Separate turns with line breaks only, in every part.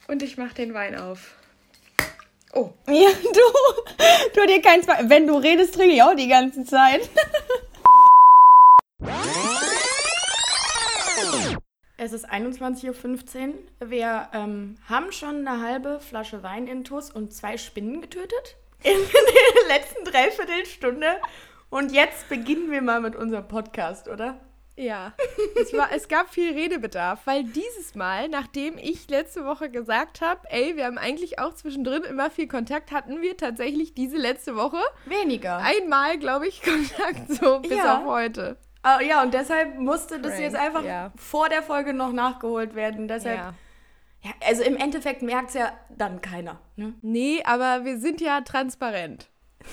Und ich mach den Wein auf. Oh.
Ja, du dir keinen Zweifel. Wenn du redest, trinke ich auch die ganze Zeit.
Es ist 21:15 Uhr. Wir haben schon eine halbe Flasche Wein intus und 2 Spinnen getötet in der letzten Dreiviertelstunde. Und jetzt beginnen wir mal mit unserem Podcast, oder?
Ja, es gab viel Redebedarf, weil dieses Mal, nachdem ich letzte Woche gesagt habe, ey, wir haben eigentlich auch zwischendrin immer viel Kontakt, hatten wir tatsächlich diese letzte Woche
weniger.
Einmal, glaube ich, Kontakt, so bis auf heute.
Ja, und deshalb musste das jetzt einfach vor der Folge noch nachgeholt werden. Deshalb, ja, also im Endeffekt merkt es ja dann keiner. Ne?
Nee, aber wir sind ja transparent.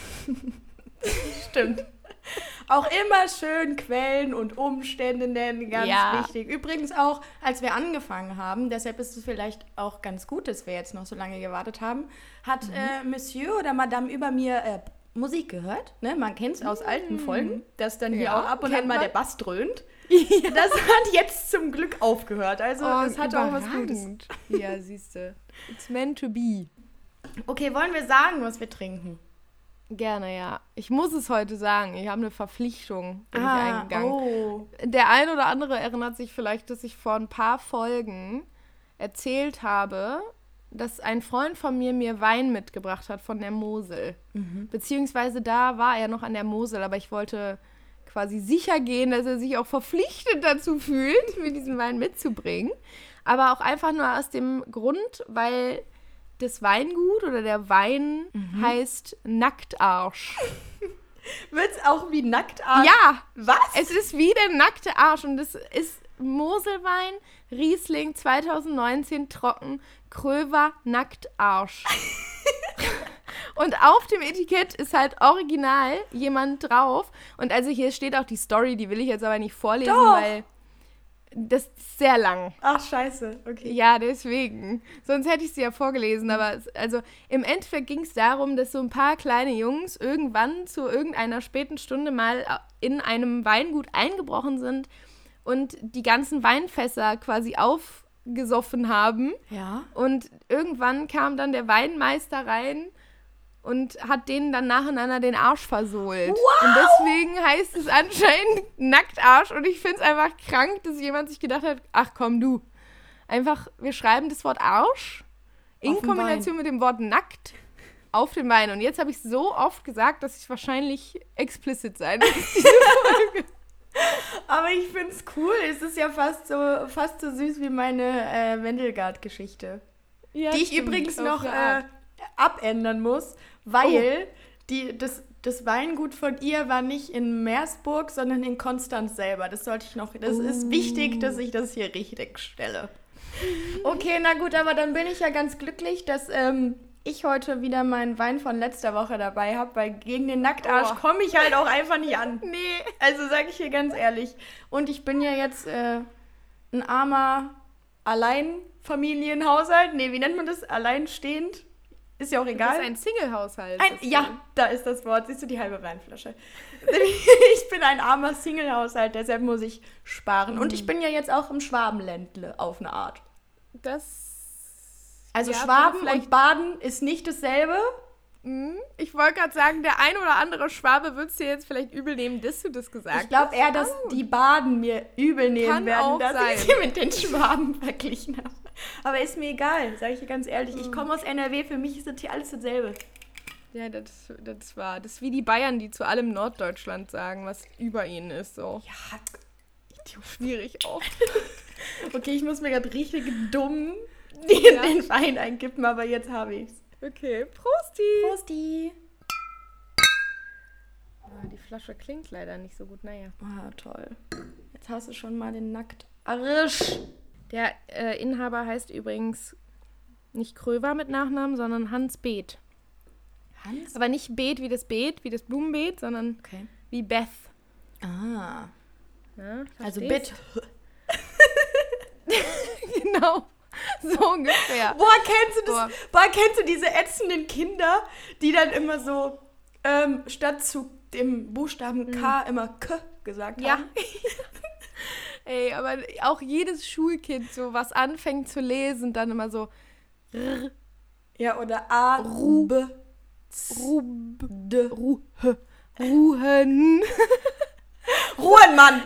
Stimmt. Auch immer schön Quellen und Umstände nennen, ganz wichtig. Übrigens auch, als wir angefangen haben, deshalb ist es vielleicht auch ganz gut, dass wir jetzt noch so lange gewartet haben, hat Monsieur oder Madame über mir Musik gehört. Ne? Man kennt es aus alten Folgen, dass dann hier auch ab und an mal der Bass dröhnt. Ja. Das hat jetzt zum Glück aufgehört. Also das hat auch was Gutes.
Ja, siehst du. It's meant to be.
Okay, wollen wir sagen, was wir trinken?
Gerne, ja. Ich muss es heute sagen. Ich habe eine Verpflichtung, bin ich eingegangen.
Oh.
Der ein oder andere erinnert sich vielleicht, dass ich vor ein paar Folgen erzählt habe, dass ein Freund von mir Wein mitgebracht hat von der Mosel. Mhm. Beziehungsweise da war er noch an der Mosel, aber ich wollte quasi sicher gehen, dass er sich auch verpflichtet dazu fühlt, mir diesen Wein mitzubringen. Aber auch einfach nur aus dem Grund, weil das Weingut oder der Wein heißt Nacktarsch.
Wird's auch wie Nacktarsch?
Ja.
Was?
Es ist wie der nackte Arsch und es ist Moselwein, Riesling 2019 trocken, Kröver Nacktarsch. Und auf dem Etikett ist halt original jemand drauf. Und also hier steht auch die Story, die will ich jetzt aber nicht vorlesen, weil das ist sehr lang.
Ach, scheiße, okay.
Ja, deswegen. Sonst hätte ich sie ja vorgelesen. Aber also im Endeffekt ging es darum, dass so ein paar kleine Jungs irgendwann zu irgendeiner späten Stunde mal in einem Weingut eingebrochen sind und die ganzen Weinfässer quasi aufgesoffen haben. Ja. Und irgendwann kam dann der Weinmeister rein und hat denen dann nacheinander den Arsch versohlt. Wow! Und deswegen heißt es anscheinend Nacktarsch. Und ich finde es einfach krank, dass jemand sich gedacht hat, ach komm du, einfach, wir schreiben das Wort Arsch in Kombination mit dem Wort nackt auf dem Wein. Und jetzt habe ich es so oft gesagt, dass ich wahrscheinlich explicit sein muss, diese Folge.
Aber ich finde es cool. Es ist ja fast so süß wie meine Wendelgard-Geschichte. Ja, die ich übrigens noch abändern muss, weil das Weingut von ihr war nicht in Meersburg, sondern in Konstanz selber. Das sollte ich noch. Das ist wichtig, dass ich das hier richtig stelle. Okay, na gut, aber dann bin ich ja ganz glücklich, dass ich heute wieder meinen Wein von letzter Woche dabei habe, weil gegen den Nacktarsch komme ich halt auch einfach nicht an. Nee. Also sage ich hier ganz ehrlich. Und ich bin ja jetzt ein armer Alleinfamilienhaushalt. Nee, wie nennt man das? Alleinstehend? Ist ja auch egal.
Das ist ein Single-Haushalt.
Da ist das Wort. Siehst du, die halbe Weinflasche. Ich bin ein armer Single-Haushalt, deshalb muss ich sparen. Und ich bin ja jetzt auch im Schwabenländle auf eine Art. Also Schwaben und Baden ist nicht dasselbe.
Ich wollte gerade sagen, der ein oder andere Schwabe wird es dir jetzt vielleicht übel nehmen, dass du das gesagt hast.
Ich glaube eher, dass die Baden mir übel nehmen werden, dass ich sie mit den Schwaben verglichen habe. Aber ist mir egal, sage ich dir ganz ehrlich. Ich komme aus NRW, für mich ist das hier alles dasselbe.
Ja, das ist wie die Bayern, die zu allem Norddeutschland sagen, was über ihnen ist. So.
Ja,
schwierig auch.
Okay, ich muss mir gerade richtig dumm den Wein einkippen, aber jetzt habe ich's.
Okay, Prosti!
Prosti!
Die Flasche klingt leider nicht so gut, naja.
Ah, toll. Jetzt hast du schon mal den Nacktarsch.
Der Inhaber heißt übrigens nicht Kröver mit Nachnamen, sondern Hans Beeth.
Hans?
Aber nicht Beet wie das Blumenbeet, sondern wie Beth.
Ah.
Ja,
also Beth.
Genau. So ungefähr.
Boah, kennst du das? Boah, kennst du diese ätzenden Kinder, die dann immer so statt zu dem Buchstaben K immer K gesagt haben?
Ja. Ey, aber auch jedes Schulkind, so was anfängt zu lesen, dann immer so,
Ja, oder A, Rube.
Ruhen.
Ruhen, Mann!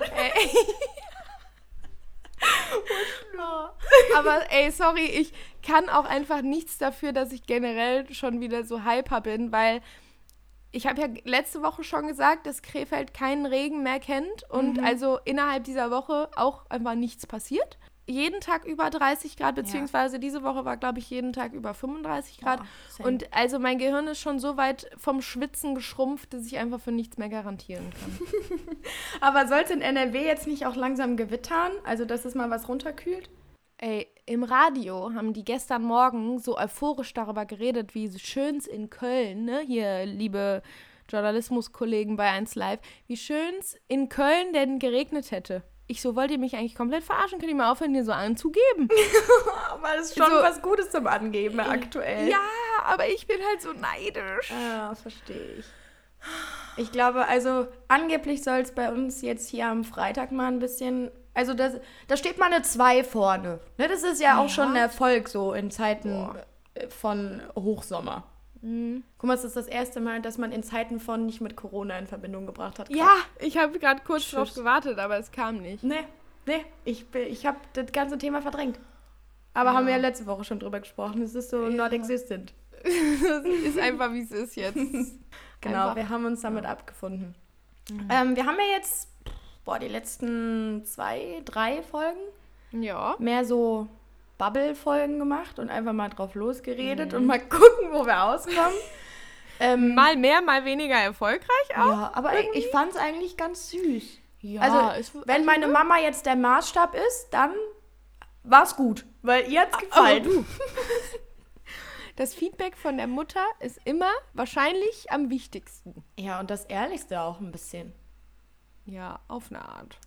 Aber ey, sorry, ich kann auch einfach nichts dafür, dass ich generell schon wieder so hyper bin, weil ich habe ja letzte Woche schon gesagt, dass Krefeld keinen Regen mehr kennt und also innerhalb dieser Woche auch einfach nichts passiert. Jeden Tag über 30 Grad, beziehungsweise diese Woche war, glaube ich, jeden Tag über 35 Grad. Und also mein Gehirn ist schon so weit vom Schwitzen geschrumpft, dass ich einfach für nichts mehr garantieren kann.
Aber soll es in NRW jetzt nicht auch langsam gewittern? Also, dass es mal was runterkühlt?
Ey, im Radio haben die gestern Morgen so euphorisch darüber geredet, wie schön es in Köln, ne, hier, liebe Journalismuskollegen bei 1Live, wie schön es in Köln denn geregnet hätte. Ich so, wollt ihr mich eigentlich komplett verarschen? Könnt ihr mal aufhören, hier so anzugeben?
Aber das ist schon so, was Gutes zum Angeben aktuell.
Ja, aber ich bin halt so neidisch.
Ah, verstehe ich. Ich glaube, also angeblich soll es bei uns jetzt hier am Freitag mal ein bisschen, also da steht mal eine 2 vorne. Ne, das ist ja auch schon ein Erfolg so in Zeiten von Hochsommer. Guck mal, es ist das erste Mal, dass man in Zeiten von nicht mit Corona in Verbindung gebracht hat.
Ja, ich habe gerade kurz drauf gewartet, aber es kam nicht.
Nee, ich habe das ganze Thema verdrängt. Aber haben wir ja letzte Woche schon drüber gesprochen. Es ist so not existent.
Das ist einfach, wie es ist jetzt.
Genau, einfach. Wir haben uns damit abgefunden. Wir haben ja jetzt die letzten 2, 3 Folgen mehr so Bubble-Folgen gemacht und einfach mal drauf losgeredet und mal gucken, wo wir auskommen.
Mal mehr, mal weniger erfolgreich auch.
Ja, aber ich fand es eigentlich ganz süß. Ja, also, wenn meine Mama jetzt der Maßstab ist, dann war es gut, weil ihr hat's gefallen.
Das Feedback von der Mutter ist immer wahrscheinlich am wichtigsten.
Ja, und das Ehrlichste auch ein bisschen.
Ja, auf eine Art.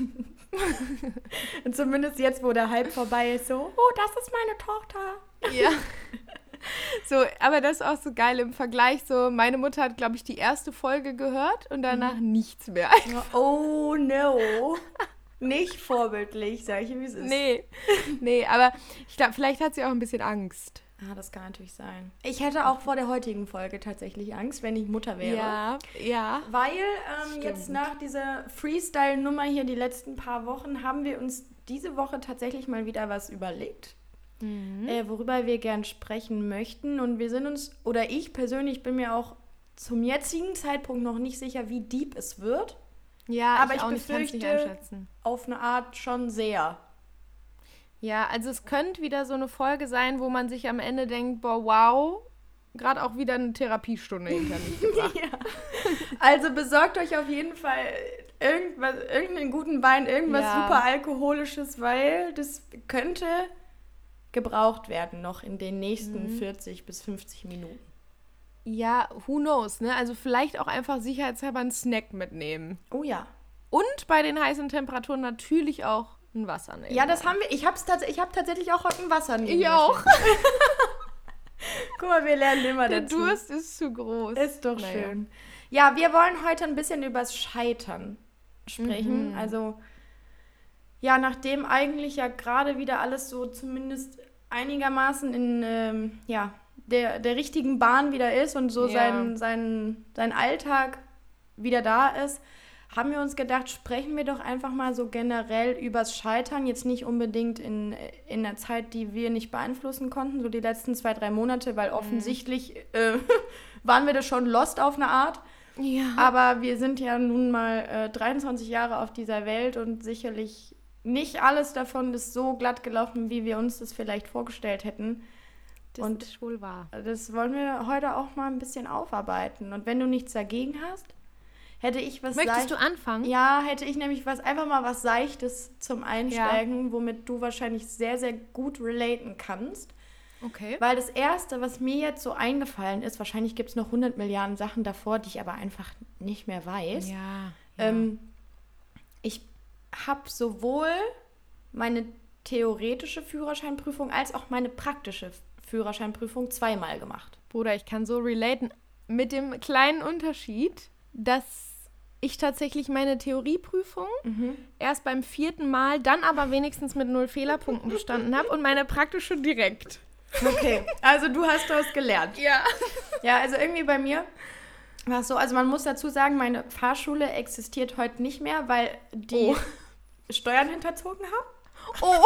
Und zumindest jetzt, wo der Hype vorbei ist, so, oh, das ist meine Tochter.
Ja. So, aber das ist auch so geil im Vergleich. So, meine Mutter hat, glaube ich, die erste Folge gehört und danach nichts mehr.
Oh, no. Nicht vorbildlich, sag ich, wie es ist.
Nee, aber ich glaube, vielleicht hat sie auch ein bisschen Angst.
Ah, das kann natürlich sein. Ich hätte auch vor der heutigen Folge tatsächlich Angst, wenn ich Mutter wäre.
Ja.
Weil jetzt nach dieser Freestyle-Nummer hier die letzten paar Wochen haben wir uns diese Woche tatsächlich mal wieder was überlegt, worüber wir gern sprechen möchten. Und wir sind uns, oder ich persönlich bin mir auch zum jetzigen Zeitpunkt noch nicht sicher, wie deep es wird.
Ja,
aber ich
auch
befürchte
nicht einschätzen.
Auf eine Art schon sehr.
Ja, also es könnte wieder so eine Folge sein, wo man sich am Ende denkt, boah, wow, gerade auch wieder eine Therapiestunde hinter mich gebracht.
Ja. Also besorgt euch auf jeden Fall irgendeinen guten Wein, irgendwas super Alkoholisches, weil das könnte gebraucht werden noch in den nächsten 40 bis 50 Minuten.
Ja, who knows, ne? Also vielleicht auch einfach sicherheitshalber einen Snack mitnehmen.
Oh ja.
Und bei den heißen Temperaturen natürlich auch ein Wasser nehmen.
Ja, das haben wir. Ich habe tatsächlich auch heute ein Wasser nehmen.
Ich auch.
Guck mal, wir lernen immer dazu.
Der Durst ist zu groß.
Ist doch schön. Ja, wir wollen heute ein bisschen übers Scheitern sprechen. Also, ja, nachdem eigentlich ja gerade wieder alles so zumindest einigermaßen in der richtigen Bahn wieder ist und so sein Alltag wieder da ist, haben wir uns gedacht, sprechen wir doch einfach mal so generell übers Scheitern. Jetzt nicht unbedingt in der Zeit, die wir nicht beeinflussen konnten, so die letzten 2, 3 Monate, weil offensichtlich waren wir da schon lost auf eine Art.
Ja.
Aber wir sind ja nun mal 23 Jahre auf dieser Welt und sicherlich nicht alles davon ist so glatt gelaufen, wie wir uns das vielleicht vorgestellt hätten.
Das ist wohl wahr.
Das wollen wir heute auch mal ein bisschen aufarbeiten. Und wenn du nichts dagegen hast, hätte ich was
Möchtest du anfangen?
Ja, hätte ich nämlich einfach mal was Seichtes zum Einsteigen, womit du wahrscheinlich sehr, sehr gut relaten kannst.
Okay.
Weil das Erste, was mir jetzt so eingefallen ist, wahrscheinlich gibt es noch 100 Milliarden Sachen davor, die ich aber einfach nicht mehr weiß.
Ja.
Ich habe sowohl meine theoretische Führerscheinprüfung als auch meine praktische Führerscheinprüfung 2-mal gemacht.
Bruder, ich kann so relaten mit dem kleinen Unterschied, dass ich tatsächlich meine Theorieprüfung erst beim 4. Mal, dann aber wenigstens mit 0 Fehlerpunkten bestanden habe und meine praktische direkt.
Okay, also du hast daraus gelernt.
Ja.
Ja, also irgendwie bei mir war es so, also man muss dazu sagen, meine Fahrschule existiert heute nicht mehr, weil die Steuern hinterzogen haben.
Oh.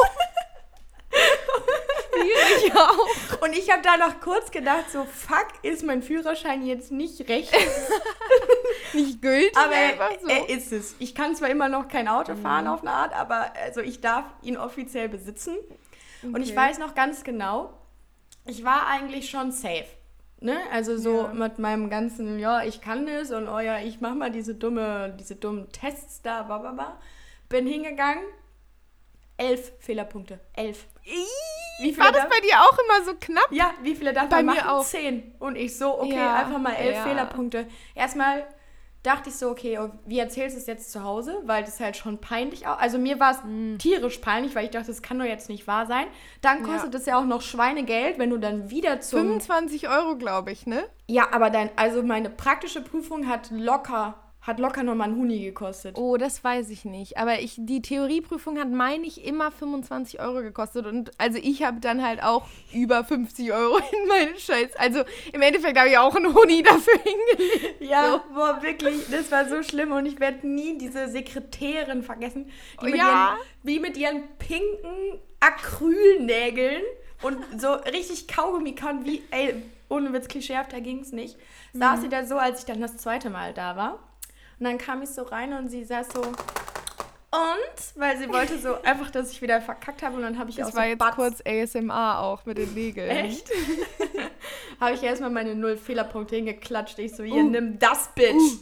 Schwierig auch.
Und ich habe da noch kurz gedacht, so fuck, ist mein Führerschein jetzt nicht recht?
Nicht gültig,
aber
einfach so.
Er ist es. Ich kann zwar immer noch kein Auto fahren auf eine Art, aber also ich darf ihn offiziell besitzen. Okay. Und ich weiß noch ganz genau, ich war eigentlich schon safe. Ne? Also so mit meinem ganzen, ich kann das und ich mach mal diese dummen Tests da, blablabla. Bin hingegangen, 11 Fehlerpunkte. 11.
War das bei dir auch immer so knapp?
Ja, wie viele darf man machen? Bei mir auch. 10. Und ich so, okay, einfach mal 11 Fehlerpunkte. Erstmal dachte ich so, okay, wie erzählst du es jetzt zu Hause? Weil das halt schon peinlich auch. Also mir war es tierisch peinlich, weil ich dachte, das kann doch jetzt nicht wahr sein. Dann kostet es ja auch noch Schweinegeld, wenn du dann wieder
25 €, glaube ich, ne?
Ja, aber meine praktische Prüfung hat locker nochmal einen Huni gekostet.
Oh, das weiß ich nicht. Aber die Theorieprüfung hat, meine ich, immer 25 € gekostet. Und also ich habe dann halt auch über 50 € in meine Scheiß. Also im Endeffekt habe ich auch einen Huni dafür hingelegt.
Ja, boah, wirklich, das war so schlimm. Und ich werde nie diese Sekretärin vergessen, die mit ihren pinken Acrylnägeln und so richtig Kaugummi kann, wie, ohne Witz, klischeehaft, da ging es nicht. Saß sie da so, als ich dann das zweite Mal da war. Und dann kam ich so rein und sie saß so, weil sie wollte so einfach, dass ich wieder verkackt habe und dann habe ich
das
auch so
war jetzt kurz ASMR auch mit den Nägeln.
Echt? Habe ich erstmal meine 0 Fehlerpunkte hingeklatscht. Ich so, hier, nimm das, Bitch.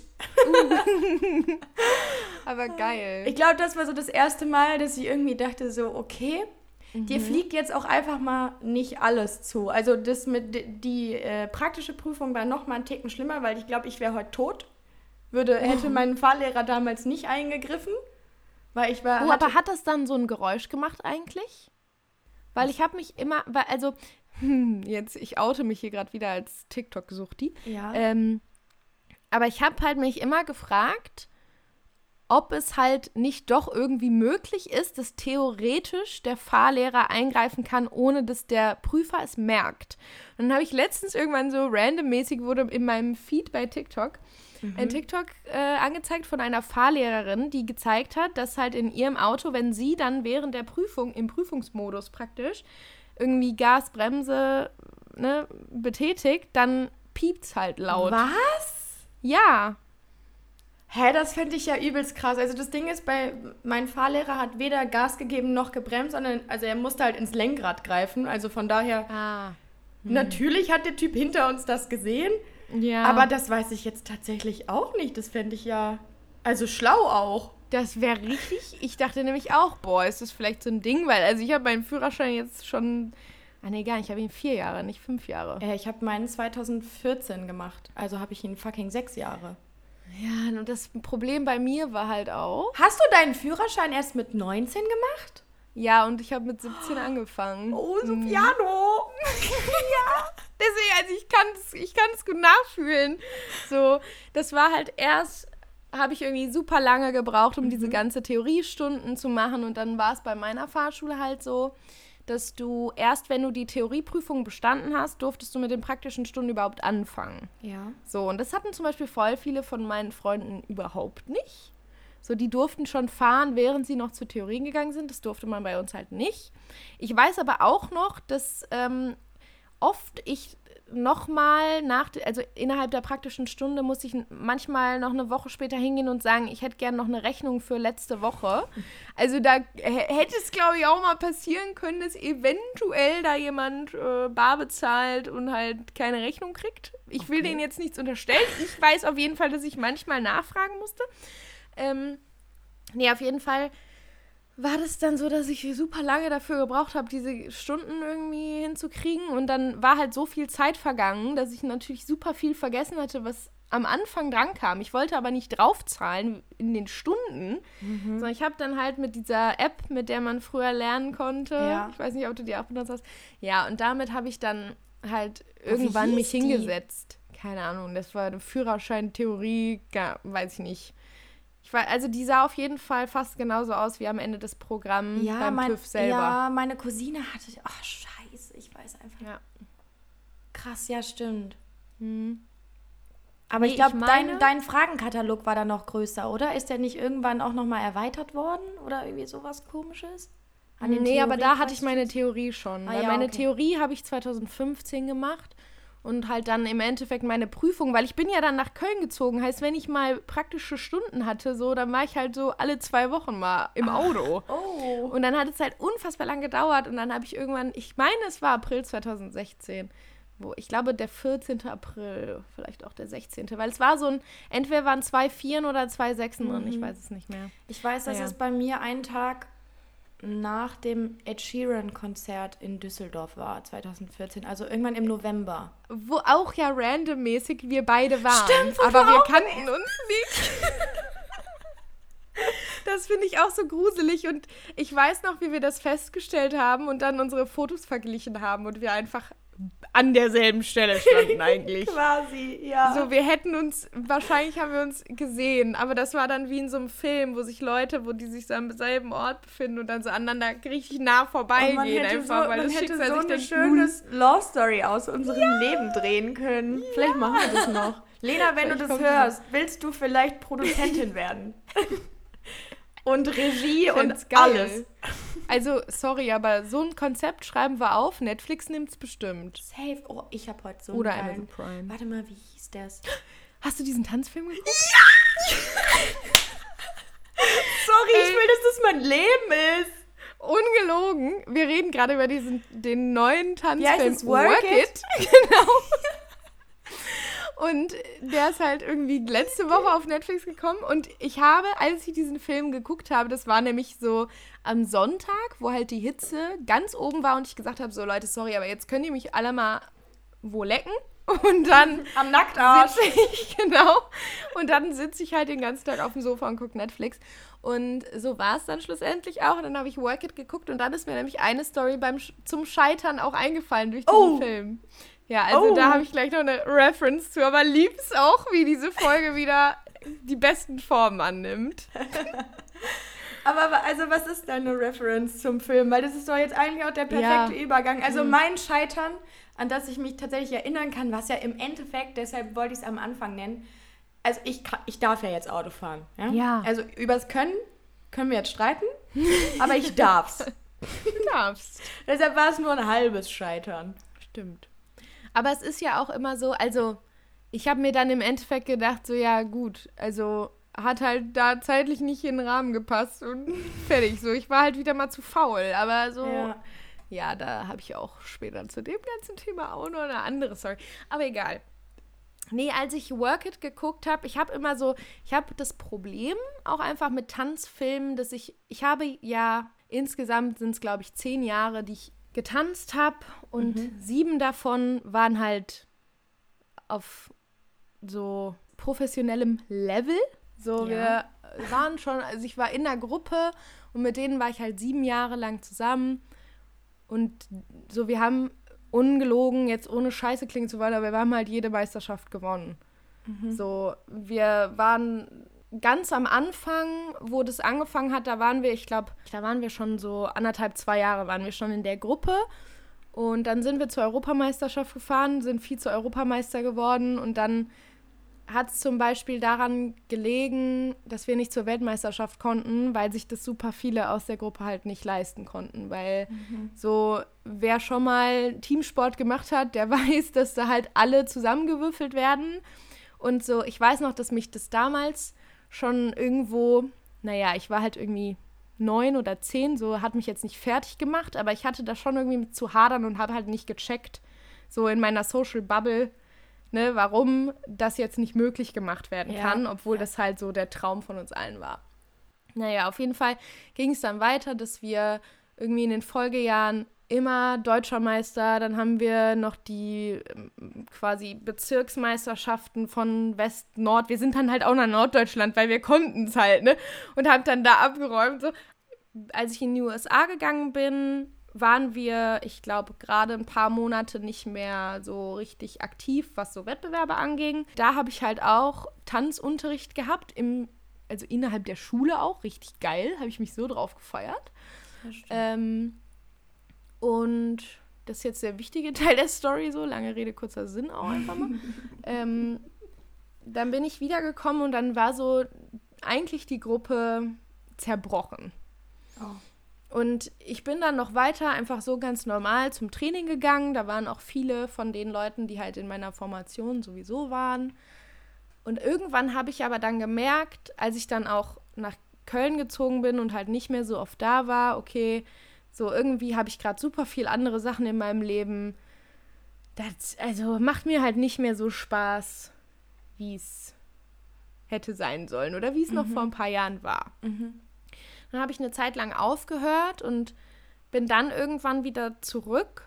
Aber geil.
Ich glaube, das war so das erste Mal, dass ich irgendwie dachte so, okay, dir fliegt jetzt auch einfach mal nicht alles zu. Also das mit die praktische Prüfung war noch mal einen Ticken schlimmer, weil ich glaube, ich wäre heute tot. Hätte mein Fahrlehrer damals nicht eingegriffen, weil ich war...
aber hat das dann so ein Geräusch gemacht eigentlich? Weil ich habe mich immer... ich oute mich hier gerade wieder als TikTok-Suchti.
Ja.
Aber ich habe halt mich immer gefragt, ob es halt nicht doch irgendwie möglich ist, dass theoretisch der Fahrlehrer eingreifen kann, ohne dass der Prüfer es merkt. Und dann habe ich letztens irgendwann so randommäßig wurde in meinem Feed bei TikTok ein TikTok angezeigt von einer Fahrlehrerin, die gezeigt hat, dass halt in ihrem Auto, wenn sie dann während der Prüfung, im Prüfungsmodus praktisch, irgendwie Gas, Bremse betätigt, dann piept's halt laut.
Was?
Ja.
Hä, das fände ich ja übelst krass. Also das Ding ist, mein Fahrlehrer hat weder Gas gegeben noch gebremst, sondern also er musste halt ins Lenkrad greifen. Also von daher, natürlich hat der Typ hinter uns das gesehen.
Ja.
Aber das weiß ich jetzt tatsächlich auch nicht. Das fände ich ja, also schlau auch.
Das wäre richtig. Ich dachte nämlich auch, ist das vielleicht so ein Ding? Weil, also ich habe meinen Führerschein jetzt schon, ich habe ihn 4 Jahre, nicht 5 Jahre.
Ich habe meinen 2014 gemacht. Also habe ich ihn fucking 6 Jahre.
Ja, und das Problem bei mir war halt auch...
Hast du deinen Führerschein erst mit 19 gemacht?
Ja, und ich habe mit 17 angefangen.
Oh, Sofiano!
Ja, deswegen, also ich kann es gut nachfühlen. So, das war halt erst, habe ich irgendwie super lange gebraucht, um diese ganze Theoriestunden zu machen. Und dann war es bei meiner Fahrschule halt so, dass du erst, wenn du die Theorieprüfung bestanden hast, durftest du mit den praktischen Stunden überhaupt anfangen.
Ja.
So, und das hatten zum Beispiel voll viele von meinen Freunden überhaupt nicht. So, die durften schon fahren, während sie noch zur Theorie gegangen sind. Das durfte man bei uns halt nicht. Ich weiß aber auch noch, dass oft ich nochmal also innerhalb der praktischen Stunde muss ich manchmal noch eine Woche später hingehen und sagen, ich hätte gerne noch eine Rechnung für letzte Woche. Also da hätte es, glaube ich, auch mal passieren können, dass eventuell da jemand bar bezahlt und halt keine Rechnung kriegt. Ich will denen jetzt nichts unterstellen. Ich weiß auf jeden Fall, dass ich manchmal nachfragen musste. Auf jeden Fall war das dann so, dass ich super lange dafür gebraucht habe, diese Stunden irgendwie hinzukriegen. Und dann war halt so viel Zeit vergangen, dass ich natürlich super viel vergessen hatte, was am Anfang dran kam. Ich wollte aber nicht draufzahlen in den Stunden, sondern ich habe dann halt mit dieser App, mit der man früher lernen konnte, ich weiß nicht, ob du die auch benutzt hast, ja, und damit habe ich dann halt irgendwann mich hingesetzt. Keine Ahnung, das war eine Führerschein-Theorie, weiß ich nicht. Also die sah auf jeden Fall fast genauso aus wie am Ende des Programms beim TÜV selber.
Ja, meine Cousine hatte, scheiße, ich weiß einfach.
Ja.
Krass, ja, stimmt.
Hm.
Aber
Nee,
ich glaube,
ich meine-
dein Fragenkatalog war dann noch größer, oder? Ist der nicht irgendwann auch nochmal erweitert worden? Oder irgendwie sowas Komisches?
Nee, aber da hatte ich meine Theorie schon.
Ah,
Weil
ja,
meine
okay.
Theorie habe ich 2015 gemacht und halt dann im Endeffekt meine Prüfung, weil ich bin ja dann nach Köln gezogen. Heißt, wenn ich mal praktische Stunden hatte, so, dann war ich halt so alle 2 Wochen mal im Auto.
Oh.
Und dann hat es halt unfassbar lang gedauert und dann habe ich irgendwann, ich meine, es war April 2016, ich glaube der 14. April, vielleicht auch der 16., weil es war so entweder waren 2 Vieren oder 2 Sechsen drin, ich weiß es nicht mehr.
Ich weiß, dass
Ja.
es bei mir einen Tag nach dem Ed Sheeran-Konzert in Düsseldorf war, 2014. Also irgendwann im November.
Wo auch ja randommäßig wir beide waren.
Stimmt, wo
aber
wir
wir
auch
kannten uns nicht. Das finde ich auch so gruselig und ich weiß noch, wie wir das festgestellt haben und dann unsere Fotos verglichen haben und wir einfach an derselben Stelle standen eigentlich.
Quasi, ja.
So, wahrscheinlich haben wir uns gesehen, aber das war dann wie in so einem Film, wo sich Leute, wo die sich so am selben Ort befinden und dann so aneinander richtig nah vorbeigehen
man hätte
einfach, weil
man
das
hätte
Schicksal
so
sich
eine
denkt,
schönes Love Story aus unserem Leben drehen können. Ja. Vielleicht machen wir das noch. Lena, wenn du
Vielleicht
das
kommt
hörst, willst du vielleicht Produzentin werden? Und Regie und
find's geil.
alles.
Also, sorry, aber so ein Konzept schreiben wir auf. Netflix nimmt's bestimmt.
Safe. Oh, ich habe heute so
Oder
einen
Amazon
geilen-
Prime.
Warte mal, wie hieß das?
Hast du diesen Tanzfilm geguckt?
Sorry, ich will, dass das mein Leben ist.
Ungelogen. Wir reden gerade über den neuen
Wie heißt
Tanzfilm
es? Work It?
Genau. Und der ist halt irgendwie letzte Woche auf Netflix gekommen. Und ich habe, als ich diesen Film geguckt habe, das war nämlich so am Sonntag, wo halt die Hitze ganz oben war und ich gesagt habe, so Leute, sorry, aber jetzt könnt ihr mich alle mal wo lecken. Und dann
Am Nacktarsch.
sitze ich, genau. Und dann sitze ich halt den ganzen Tag auf dem Sofa und gucke Netflix. Und so war es dann schlussendlich auch. Und dann habe ich Work It geguckt und dann ist mir nämlich eine Story zum Scheitern auch eingefallen durch diesen Film. Ja, also da habe ich gleich noch eine Reference zu, aber lieb's auch, wie diese Folge wieder die besten Formen annimmt.
Aber also, was ist deine Reference zum Film? Weil das ist doch jetzt eigentlich auch der perfekte Übergang. Also mein Scheitern, an das ich mich tatsächlich erinnern kann, was ja im Endeffekt, deshalb wollte ich es am Anfang nennen, also ich darf ja jetzt Auto fahren. Ja?
Ja.
Also übers Können wir jetzt streiten, aber ich darf's.
Du darfst.
Deshalb war es nur ein halbes Scheitern.
Stimmt. Aber es ist ja auch immer so, also ich habe mir dann im Endeffekt gedacht, so ja gut, also hat halt da zeitlich nicht in den Rahmen gepasst und fertig. So, ich war halt wieder mal zu faul, aber so, ja da habe ich auch später zu dem ganzen Thema auch noch eine andere Story. Aber egal. Nee, als ich Work It geguckt habe, ich habe das Problem auch einfach mit Tanzfilmen, dass ich habe ja, insgesamt sind es glaube ich 10 Jahre, die ich getanzt habe und 7 davon waren halt auf so professionellem Level. So, wir waren schon, also ich war in der Gruppe und mit denen war ich halt 7 Jahre lang zusammen und so, wir haben ungelogen, jetzt ohne Scheiße klingen zu wollen, aber wir haben halt jede Meisterschaft gewonnen. So, wir waren ganz am Anfang, wo das angefangen hat, da waren wir schon so 1,5, 2 Jahre waren wir schon in der Gruppe und dann sind wir zur Europameisterschaft gefahren, sind Vize-Europameister geworden und dann hat es zum Beispiel daran gelegen, dass wir nicht zur Weltmeisterschaft konnten, weil sich das super viele aus der Gruppe halt nicht leisten konnten, weil so, wer schon mal Teamsport gemacht hat, der weiß, dass da halt alle zusammengewürfelt werden und so, ich weiß noch, dass mich das damals schon irgendwo, naja, ich war halt irgendwie 9 oder 10, so hat mich jetzt nicht fertig gemacht, aber ich hatte da schon irgendwie mit zu hadern und habe halt nicht gecheckt, so in meiner Social Bubble, ne, warum das jetzt nicht möglich gemacht werden kann, obwohl das halt so der Traum von uns allen war. Naja, auf jeden Fall ging es dann weiter, dass wir irgendwie in den Folgejahren immer Deutscher Meister, dann haben wir noch die quasi Bezirksmeisterschaften von West, Nord. Wir sind dann halt auch nach Norddeutschland, weil wir konnten es halt, ne? Und haben dann da abgeräumt. So. Als ich in die USA gegangen bin, waren wir, ich glaube, gerade ein paar Monate nicht mehr so richtig aktiv, was so Wettbewerbe anging. Da habe ich halt auch Tanzunterricht gehabt, also innerhalb der Schule auch, richtig geil, habe ich mich so drauf gefeiert. Und das ist jetzt der wichtige Teil der Story, so lange Rede, kurzer Sinn auch einfach mal. Dann bin ich wiedergekommen und dann war so eigentlich die Gruppe zerbrochen. Oh. Und ich bin dann noch weiter einfach so ganz normal zum Training gegangen. Da waren auch viele von den Leuten, die halt in meiner Formation sowieso waren. Und irgendwann habe ich aber dann gemerkt, als ich dann auch nach Köln gezogen bin und halt nicht mehr so oft da war, okay, so irgendwie habe ich gerade super viel andere Sachen in meinem Leben. Das also macht mir halt nicht mehr so Spaß, wie es hätte sein sollen oder wie es noch vor ein paar Jahren war. Dann habe ich eine Zeit lang aufgehört und bin dann irgendwann wieder zurück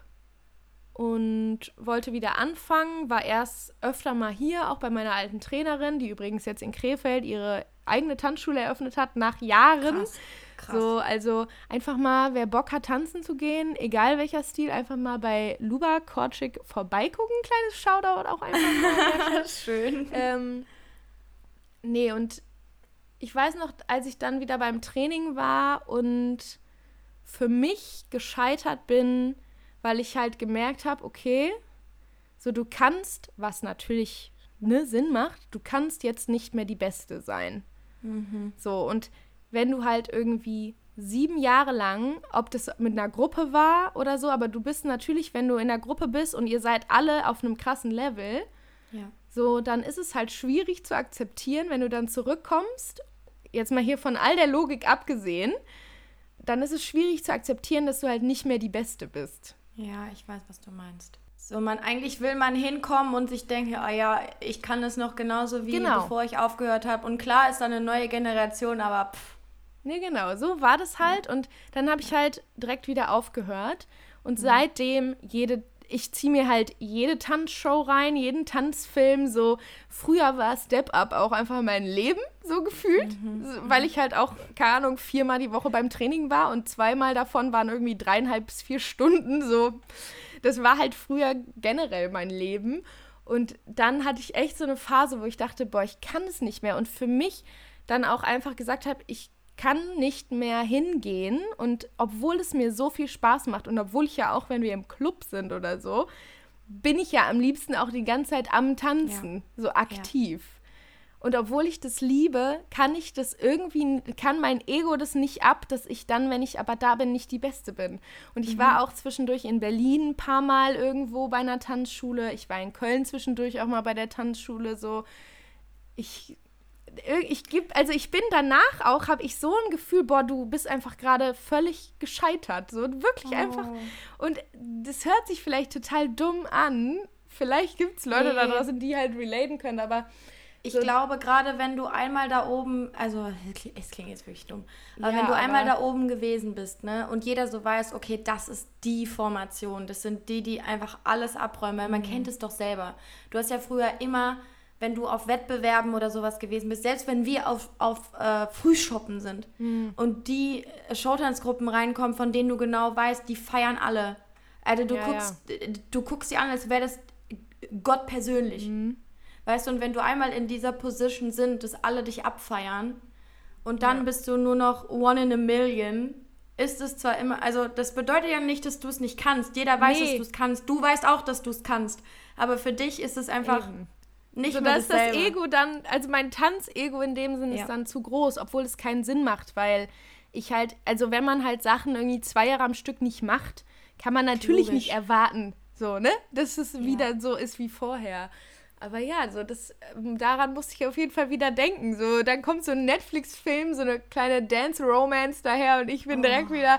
und wollte wieder anfangen, war erst öfter mal hier, auch bei meiner alten Trainerin, die übrigens jetzt in Krefeld ihre eigene Tanzschule eröffnet hat, nach Jahren. Krass. So, also einfach mal, wer Bock hat, tanzen zu gehen, egal welcher Stil, einfach mal bei Luba Korczyk vorbeigucken. Kleines Shoutout auch einfach mal.
Schön.
Nee, und ich weiß noch, als ich dann wieder beim Training war und für mich gescheitert bin, weil ich halt gemerkt habe, okay, so du kannst, was natürlich Sinn macht, du kannst jetzt nicht mehr die Beste sein. So, und wenn du halt irgendwie 7 Jahre lang, ob das mit einer Gruppe war oder so, aber du bist natürlich, wenn du in der Gruppe bist und ihr seid alle auf einem krassen Level, so, dann ist es halt schwierig zu akzeptieren, wenn du dann zurückkommst, jetzt mal hier von all der Logik abgesehen, dann ist es schwierig zu akzeptieren, dass du halt nicht mehr die Beste bist.
Ja, ich weiß, was du meinst. So, eigentlich will man hinkommen und sich denken, ich kann es noch genauso wie bevor ich aufgehört habe. Und klar ist da eine neue Generation, aber
Nee, genau, so war das halt. Und dann habe ich halt direkt wieder aufgehört. Und seitdem ich ziehe mir halt jede Tanzshow rein, jeden Tanzfilm, so früher war Step Up auch einfach mein Leben, so gefühlt, weil ich halt auch, keine Ahnung, 4-mal die Woche beim Training war und 2-mal davon waren irgendwie 3,5 bis 4 Stunden, so, das war halt früher generell mein Leben und dann hatte ich echt so eine Phase, wo ich dachte, boah, ich kann es nicht mehr und für mich dann auch einfach gesagt habe, ich kann nicht mehr hingehen und obwohl es mir so viel Spaß macht und obwohl ich ja auch, wenn wir im Club sind oder so, bin ich ja am liebsten auch die ganze Zeit am Tanzen, so aktiv. Und obwohl ich das liebe, kann mein Ego das nicht ab, dass ich dann, wenn ich aber da bin, nicht die Beste bin. Und ich war auch zwischendurch in Berlin ein paar Mal irgendwo bei einer Tanzschule. Ich war in Köln zwischendurch auch mal bei der Tanzschule, so. Ich bin danach auch, habe ich so ein Gefühl, boah, du bist einfach gerade völlig gescheitert, so wirklich einfach. Und das hört sich vielleicht total dumm an. Vielleicht gibt es Leute da draußen, die halt relaten können, aber
ich glaube, gerade wenn du einmal da oben, also es klingt jetzt wirklich dumm, aber wenn du einmal da oben gewesen bist, ne, und jeder so weiß, okay, das ist die Formation, das sind die einfach alles abräumen, weil man kennt es doch selber. Du hast ja früher immer, wenn du auf Wettbewerben oder sowas gewesen bist, selbst wenn wir auf Frühshoppen sind und die Showtanzgruppen reinkommen, von denen du genau weißt, die feiern alle. Also du guckst sie an, als wäre das Gott persönlich. Weißt du, und wenn du einmal in dieser Position sind, dass alle dich abfeiern und dann bist du nur noch one in a million, ist es zwar immer, also das bedeutet ja nicht, dass du es nicht kannst. Jeder weiß, dass du es kannst. Du weißt auch, dass du es kannst. Aber für dich ist es einfach nicht so, mehr dasselbe.
Das Ego dann, also mein Tanzego in dem Sinne ist dann zu groß, obwohl es keinen Sinn macht, weil ich halt, also wenn man halt Sachen irgendwie 2 Jahre am Stück nicht macht, kann man natürlich nicht erwarten, so, ne, dass es wieder so ist wie vorher. Aber ja, so daran musste ich auf jeden Fall wieder denken. So, dann kommt so ein Netflix-Film, so eine kleine Dance-Romance daher und ich bin direkt wieder,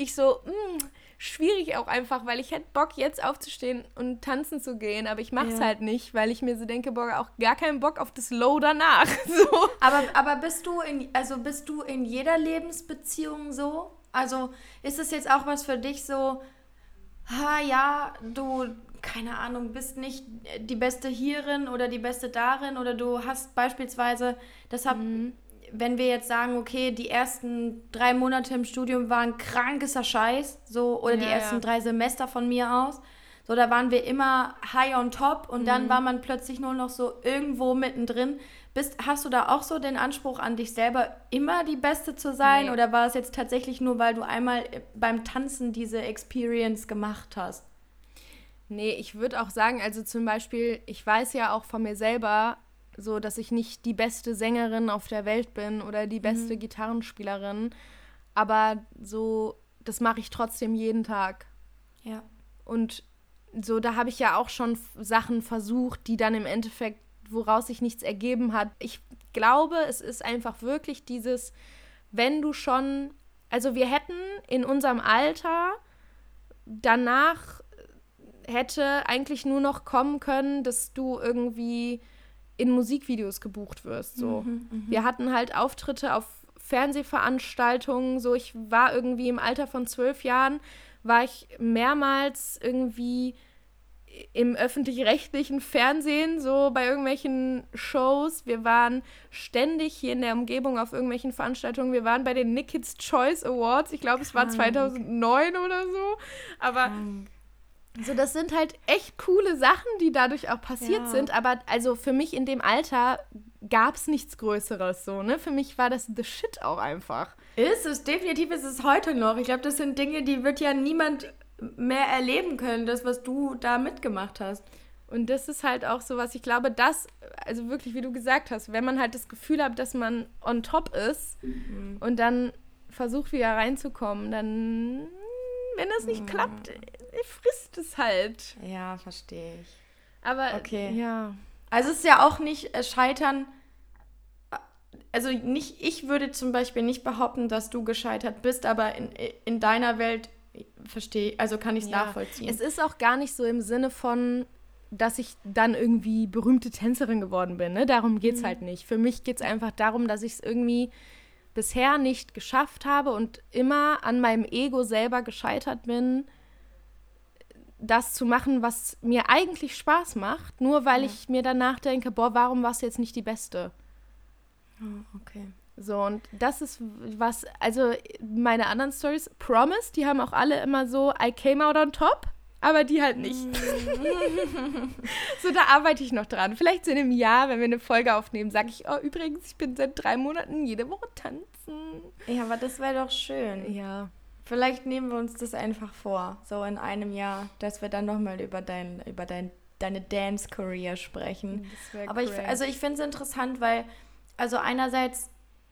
schwierig auch einfach, weil ich hätte Bock, jetzt aufzustehen und tanzen zu gehen, aber ich mach's halt nicht, weil ich mir so denke, boah, auch gar keinen Bock auf das Low danach. So.
Aber bist du in jeder Lebensbeziehung so? Also ist es jetzt auch was für dich so, du, keine Ahnung, bist nicht die Beste hierin oder die Beste darin oder du hast beispielsweise, wenn wir jetzt sagen, okay, die ersten 3 Monate im Studium waren krankester Scheiß, so, oder die ersten 3 Semester von mir aus, so, da waren wir immer high on top und dann war man plötzlich nur noch so irgendwo mittendrin. Hast du da auch so den Anspruch an dich selber, immer die Beste zu sein? Nee. Oder war es jetzt tatsächlich nur, weil du einmal beim Tanzen diese Experience gemacht hast?
Nee, ich würde auch sagen, also zum Beispiel, ich weiß ja auch von mir selber, so, dass ich nicht die beste Sängerin auf der Welt bin oder die beste Gitarrenspielerin, aber so, das mache ich trotzdem jeden Tag.
Ja.
Und so, da habe ich ja auch schon Sachen versucht, die dann im Endeffekt, woraus sich nichts ergeben hat. Ich glaube, es ist einfach wirklich dieses, wenn du schon, also wir hätten in unserem Alter danach hätte eigentlich nur noch kommen können, dass du irgendwie in Musikvideos gebucht wirst. So. Wir hatten halt Auftritte auf Fernsehveranstaltungen, so ich war irgendwie im Alter von 12 Jahren, war ich mehrmals irgendwie im öffentlich-rechtlichen Fernsehen, so bei irgendwelchen Shows. Wir waren ständig hier in der Umgebung auf irgendwelchen Veranstaltungen. Wir waren bei den Nick Kids Choice Awards. Ich glaube, es war 2009 oder so. Aber so, das sind halt echt coole Sachen, die dadurch auch passiert sind. Aber also für mich in dem Alter gab es nichts Größeres so, ne? Für mich war das the shit auch einfach.
Definitiv ist es heute noch. Ich glaube, das sind Dinge, die wird ja niemand mehr erleben können, das, was du da mitgemacht hast.
Und das ist halt auch so was, ich glaube, das, also wirklich, wie du gesagt hast, wenn man halt das Gefühl hat, dass man on top ist und dann versucht wieder reinzukommen, dann, wenn das nicht klappt, frisst es halt.
Ja, verstehe ich.
Aber,
okay.
Ja.
Also es ist ja auch nicht Scheitern, also nicht, ich würde zum Beispiel nicht behaupten, dass du gescheitert bist, aber in deiner Welt verstehe, also kann ich es nachvollziehen.
Es ist auch gar nicht so im Sinne von, dass ich dann irgendwie berühmte Tänzerin geworden bin, ne? Darum geht es halt nicht. Für mich geht es einfach darum, dass ich es irgendwie bisher nicht geschafft habe und immer an meinem Ego selber gescheitert bin, das zu machen, was mir eigentlich Spaß macht, nur weil ich mir danach denke, boah, warum warst du jetzt nicht die Beste?
Oh, okay.
So, und das ist was, also meine anderen Stories, Promise, die haben auch alle immer so, I came out on top, aber die halt nicht. So, da arbeite ich noch dran. Vielleicht so in einem Jahr, wenn wir eine Folge aufnehmen, sage ich, oh, übrigens, ich bin seit 3 Monaten jede Woche tanzen.
Ja, aber das wäre doch schön.
Ja.
Vielleicht nehmen wir uns das einfach vor, so in einem Jahr, dass wir dann nochmal über deine Dance-Career sprechen. Aber ich finde es interessant, weil, also einerseits,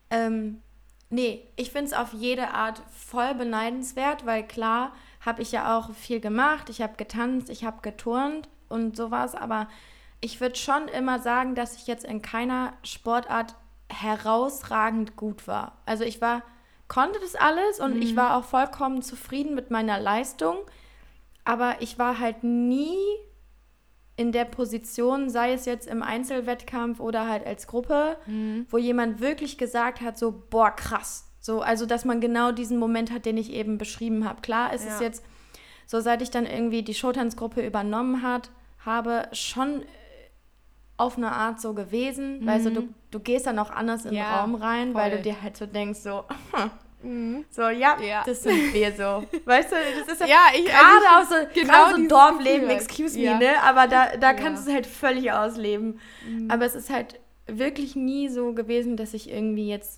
ich finde es auf jede Art voll beneidenswert, weil klar, habe ich ja auch viel gemacht, ich habe getanzt, ich habe geturnt und sowas, aber ich würde schon immer sagen, dass ich jetzt in keiner Sportart herausragend gut war. Also konnte das alles und ich war auch vollkommen zufrieden mit meiner Leistung, aber ich war halt nie in der Position, sei es jetzt im Einzelwettkampf oder halt als Gruppe, wo jemand wirklich gesagt hat, so, boah, krass. So, also, dass man genau diesen Moment hat, den ich eben beschrieben habe. Klar ist es jetzt, so seit ich dann irgendwie die Showtanzgruppe übernommen habe, schon auf eine Art so gewesen, weil so, du gehst dann auch anders in den Raum rein, voll. Weil du dir halt so denkst, so, so, das sind wir so. Weißt du, das ist gerade auch so, genau so Dorfleben, excuse me, ne? Aber da kannst du es halt völlig ausleben. Aber es ist halt wirklich nie so gewesen, dass ich irgendwie jetzt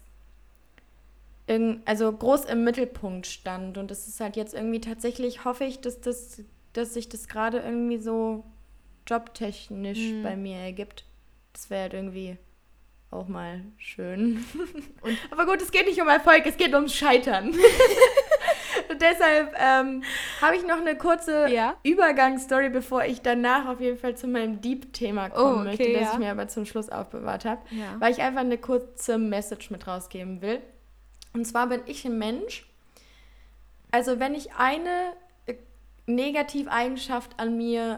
also groß im Mittelpunkt stand. Und das ist halt jetzt irgendwie tatsächlich, hoffe ich, dass sich das gerade irgendwie so jobtechnisch bei mir ergibt. Das wäre halt irgendwie auch mal schön. Aber gut, es geht nicht um Erfolg, es geht ums Scheitern. Und deshalb habe ich noch eine kurze Übergangsstory, bevor ich danach auf jeden Fall zu meinem Deep-Thema kommen möchte, das ich mir aber zum Schluss aufbewahrt habe, weil ich einfach eine kurze Message mit rausgeben will. Und zwar bin ich ein Mensch, also wenn ich eine Negativeigenschaft an mir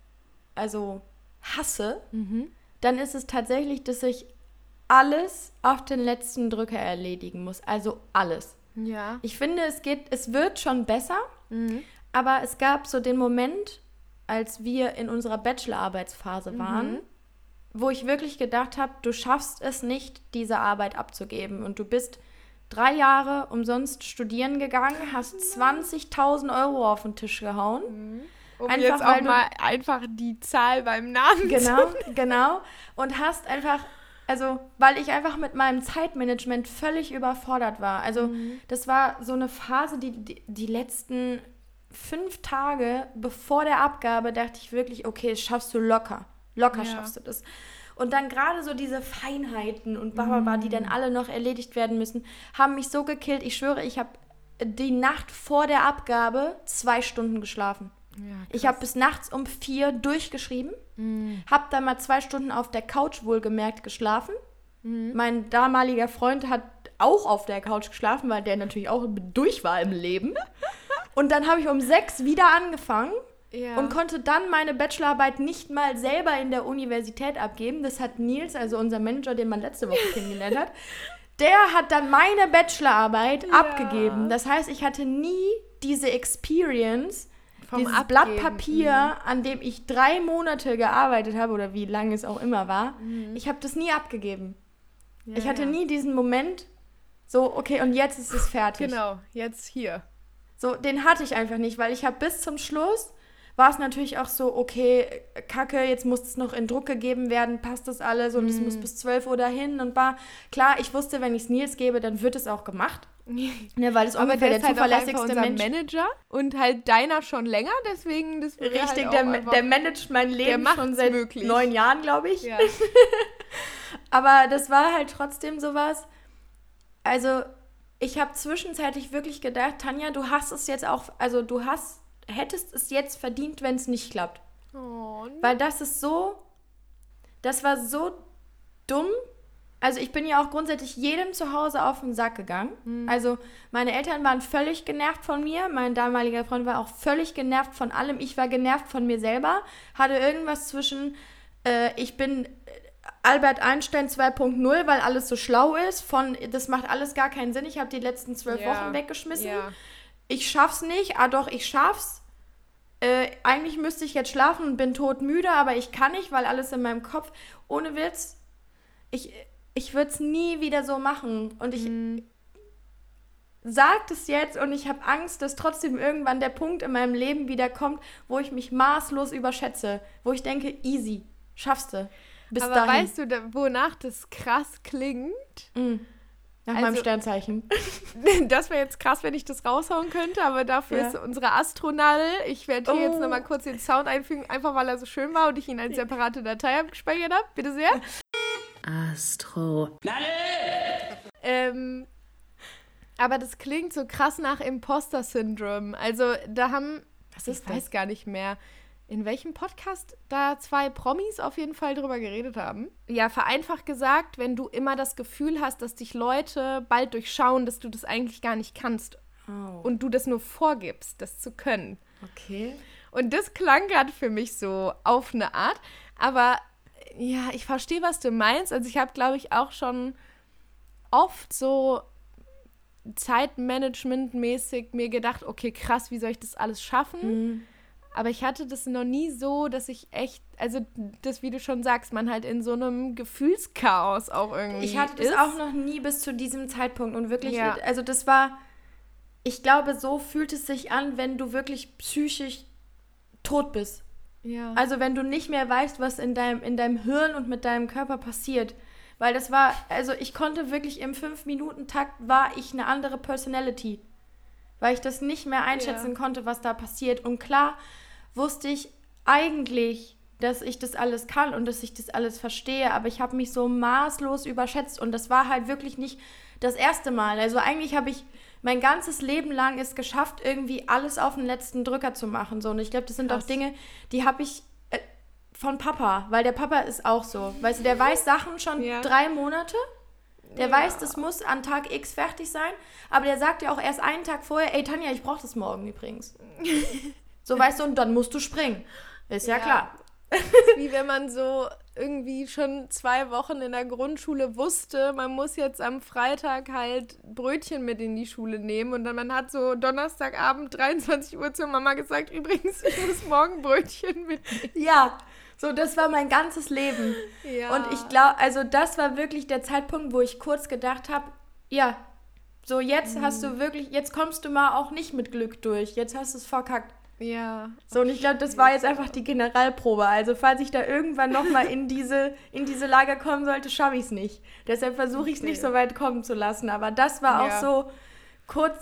hasse, dann ist es tatsächlich, dass ich alles auf den letzten Drücker erledigen muss. Also alles. Ja. Ich finde, es wird schon besser, aber es gab so den Moment, als wir in unserer Bachelorarbeitsphase waren, wo ich wirklich gedacht habe, du schaffst es nicht, diese Arbeit abzugeben. Und du bist 3 Jahre umsonst studieren gegangen, hast 20.000 Euro auf den Tisch gehauen.
Um einfach, jetzt auch mal einfach die Zahl beim Namen zu nennen.
Genau. Und hast einfach, also, weil ich einfach mit meinem Zeitmanagement völlig überfordert war. Also, das war so eine Phase, die letzten 5 Tage bevor der Abgabe dachte ich wirklich, okay, das schaffst du locker. Locker schaffst du das. Und dann gerade so diese Feinheiten und die dann alle noch erledigt werden müssen, haben mich so gekillt. Ich schwöre, ich habe die Nacht vor der Abgabe 2 Stunden geschlafen. Ja, ich habe bis nachts um 4 durchgeschrieben, habe dann mal 2 Stunden auf der Couch wohlgemerkt geschlafen. Mein damaliger Freund hat auch auf der Couch geschlafen, weil der natürlich auch durch war im Leben. Und dann habe ich um 6 wieder angefangen und konnte dann meine Bachelorarbeit nicht mal selber in der Universität abgeben. Das hat Nils, also unser Manager, den man letzte Woche kennengelernt hat, der hat dann meine Bachelorarbeit abgegeben. Das heißt, ich hatte nie diese Experience, dieses Blatt Papier, an dem ich 3 Monate gearbeitet habe oder wie lange es auch immer war. Ich habe das nie abgegeben. Ja, ich hatte nie diesen Moment, so, okay, und jetzt ist es fertig.
Genau, jetzt hier.
So, den hatte ich einfach nicht, weil ich habe bis zum Schluss, war es natürlich auch so, okay, Kacke, jetzt muss es noch in Druck gegeben werden, passt das alles und es muss bis 12 Uhr dahin und klar, ich wusste, wenn ich es Nils gebe, dann wird es auch gemacht. Ja, weil es ungefähr der zuverlässigste
Mensch Manager und halt deiner schon länger, deswegen das
richtig, halt der managt mein Leben schon seit 9 Jahren, glaube ich. Ja. Aber das war halt trotzdem sowas, also ich habe zwischenzeitlich wirklich gedacht, Tanja, du hast es jetzt auch, also hättest es jetzt verdient, wenn es nicht klappt. Oh, weil das war so dumm. Also ich bin ja auch grundsätzlich jedem zu Hause auf den Sack gegangen. Also meine Eltern waren völlig genervt von mir. Mein damaliger Freund war auch völlig genervt von allem. Ich war genervt von mir selber. Hatte irgendwas zwischen, ich bin Albert Einstein 2.0, weil alles so schlau ist. Das macht alles gar keinen Sinn. Ich habe die letzten 12 Wochen weggeschmissen. Ja. Ich schaff's nicht. Doch, ich schaff's. Eigentlich müsste ich jetzt schlafen und bin todmüde, aber ich kann nicht, weil alles in meinem Kopf, ohne Witz, ich würde es nie wieder so machen. Und ich sage das jetzt und ich habe Angst, dass trotzdem irgendwann der Punkt in meinem Leben wieder kommt, wo ich mich maßlos überschätze. Wo ich denke, easy, schaffst du. Bis
aber
dahin.
Weißt du, wonach das krass klingt?
Nach meinem Sternzeichen.
Das wäre jetzt krass, wenn ich das raushauen könnte, aber dafür ist unsere Astronadel. Ich werde hier jetzt nochmal kurz den Sound einfügen, einfach weil er so schön war und ich ihn als separate Datei abgespeichert habe. Bitte sehr.
Astro.
Aber das klingt so krass nach Imposter-Syndrom. Also da ich weiß gar nicht mehr, in welchem Podcast da 2 Promis auf jeden Fall drüber geredet haben. Ja, vereinfacht gesagt, wenn du immer das Gefühl hast, dass dich Leute bald durchschauen, dass du das eigentlich gar nicht kannst. Und du das nur vorgibst, das zu können.
Okay.
Und das klang gerade für mich so auf eine Art. Aber ja, ich verstehe, was du meinst. Also ich habe, glaube ich, auch schon oft so Zeitmanagement-mäßig mir gedacht, okay, krass, wie soll ich das alles schaffen? Aber ich hatte das noch nie so, dass ich echt, also das, wie du schon sagst, man halt in so einem Gefühlschaos auch irgendwie
Ich hatte das auch noch nie bis zu diesem Zeitpunkt und wirklich, also das war, ich glaube, so fühlt es sich an, wenn du wirklich psychisch tot bist. Ja. Also wenn du nicht mehr weißt, was in deinem Hirn und mit deinem Körper passiert. Weil das war, also ich konnte wirklich im 5-Minuten-Takt war ich eine andere Personality. Weil ich das nicht mehr einschätzen konnte, was da passiert. Und klar wusste ich eigentlich, dass ich das alles kann und dass ich das alles verstehe. Aber ich habe mich so maßlos überschätzt. Und das war halt wirklich nicht das erste Mal. Also eigentlich habe ich mein ganzes Leben lang es geschafft, irgendwie alles auf den letzten Drücker zu machen. So. Und ich glaube, das sind auch Dinge, die habe ich von Papa. Weil der Papa ist auch so. Weißt du, der weiß Sachen schon 3 Monate. Der weiß, das muss an Tag X fertig sein. Aber der sagt ja auch erst einen Tag vorher, ey Tanja, ich brauche das morgen übrigens. So, weißt du, und dann musst du springen. Ist ja klar.
Das ist wie wenn man so irgendwie schon 2 Wochen in der Grundschule wusste, man muss jetzt am Freitag halt Brötchen mit in die Schule nehmen und dann man hat so Donnerstagabend 23 Uhr zur Mama gesagt, übrigens, ich muss morgen Brötchen mitnehmen.
Ja, so das war mein ganzes Leben. Ja. Und ich glaube, also das war wirklich der Zeitpunkt, wo ich kurz gedacht habe, ja, so jetzt hast du wirklich, jetzt kommst du mal auch nicht mit Glück durch, jetzt hast du es verkackt.
Ja.
So, und ich glaube, das war jetzt einfach die Generalprobe. Also, falls ich da irgendwann nochmal in diese Lage kommen sollte, schaffe ich es nicht. Deshalb versuche ich es nicht so weit kommen zu lassen. Aber das war auch so kurz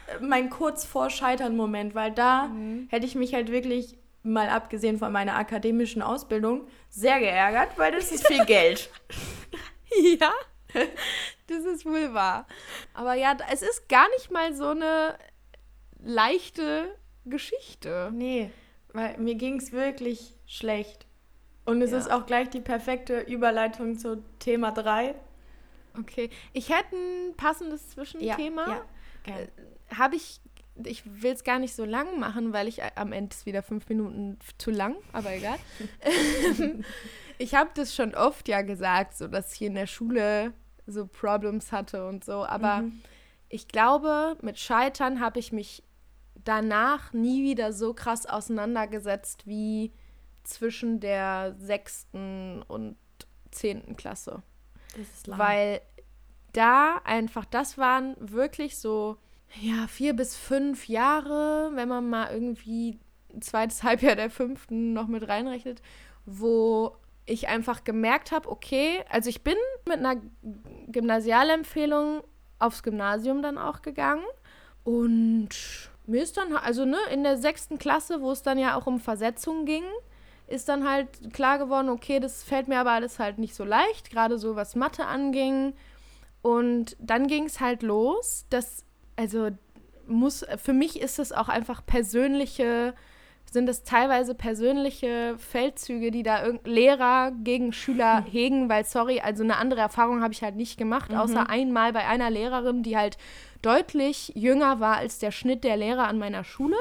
mein kurz vor Scheitern-Moment, weil da hätte ich mich halt wirklich, mal abgesehen von meiner akademischen Ausbildung, sehr geärgert, weil das ist viel Geld.
Ja, das ist wohl wahr. Aber ja, es ist gar nicht mal so eine leichte Geschichte.
Nee, weil mir ging es wirklich schlecht. Und es ist auch gleich die perfekte Überleitung zu Thema 3.
Okay, ich hätte ein passendes Zwischenthema.
Ja, geil.
Ich will es gar nicht so lang machen, weil am Ende ist wieder 5 Minuten zu lang, aber egal. Ich habe das schon oft ja gesagt, so dass ich in der Schule so Problems hatte und so, aber ich glaube, mit Scheitern habe ich mich danach nie wieder so krass auseinandergesetzt wie zwischen der 6. und 10. Klasse.
Das ist lang.
Weil da einfach, das waren wirklich so 4 bis 5 Jahre, wenn man mal irgendwie ein zweites Halbjahr der 5. noch mit reinrechnet, wo ich einfach gemerkt habe, okay, also ich bin mit einer Gymnasialempfehlung aufs Gymnasium dann auch gegangen und mir ist dann, also in der 6. Klasse, wo es dann ja auch um Versetzung ging, ist dann halt klar geworden, okay, das fällt mir aber alles halt nicht so leicht, gerade so was Mathe anging. Und dann ging es halt los, für mich ist es auch einfach sind es teilweise persönliche Feldzüge, die da Lehrer gegen Schüler hegen, weil, sorry, also eine andere Erfahrung habe ich halt nicht gemacht, außer einmal bei einer Lehrerin, die halt deutlich jünger war als der Schnitt der Lehrer an meiner Schule.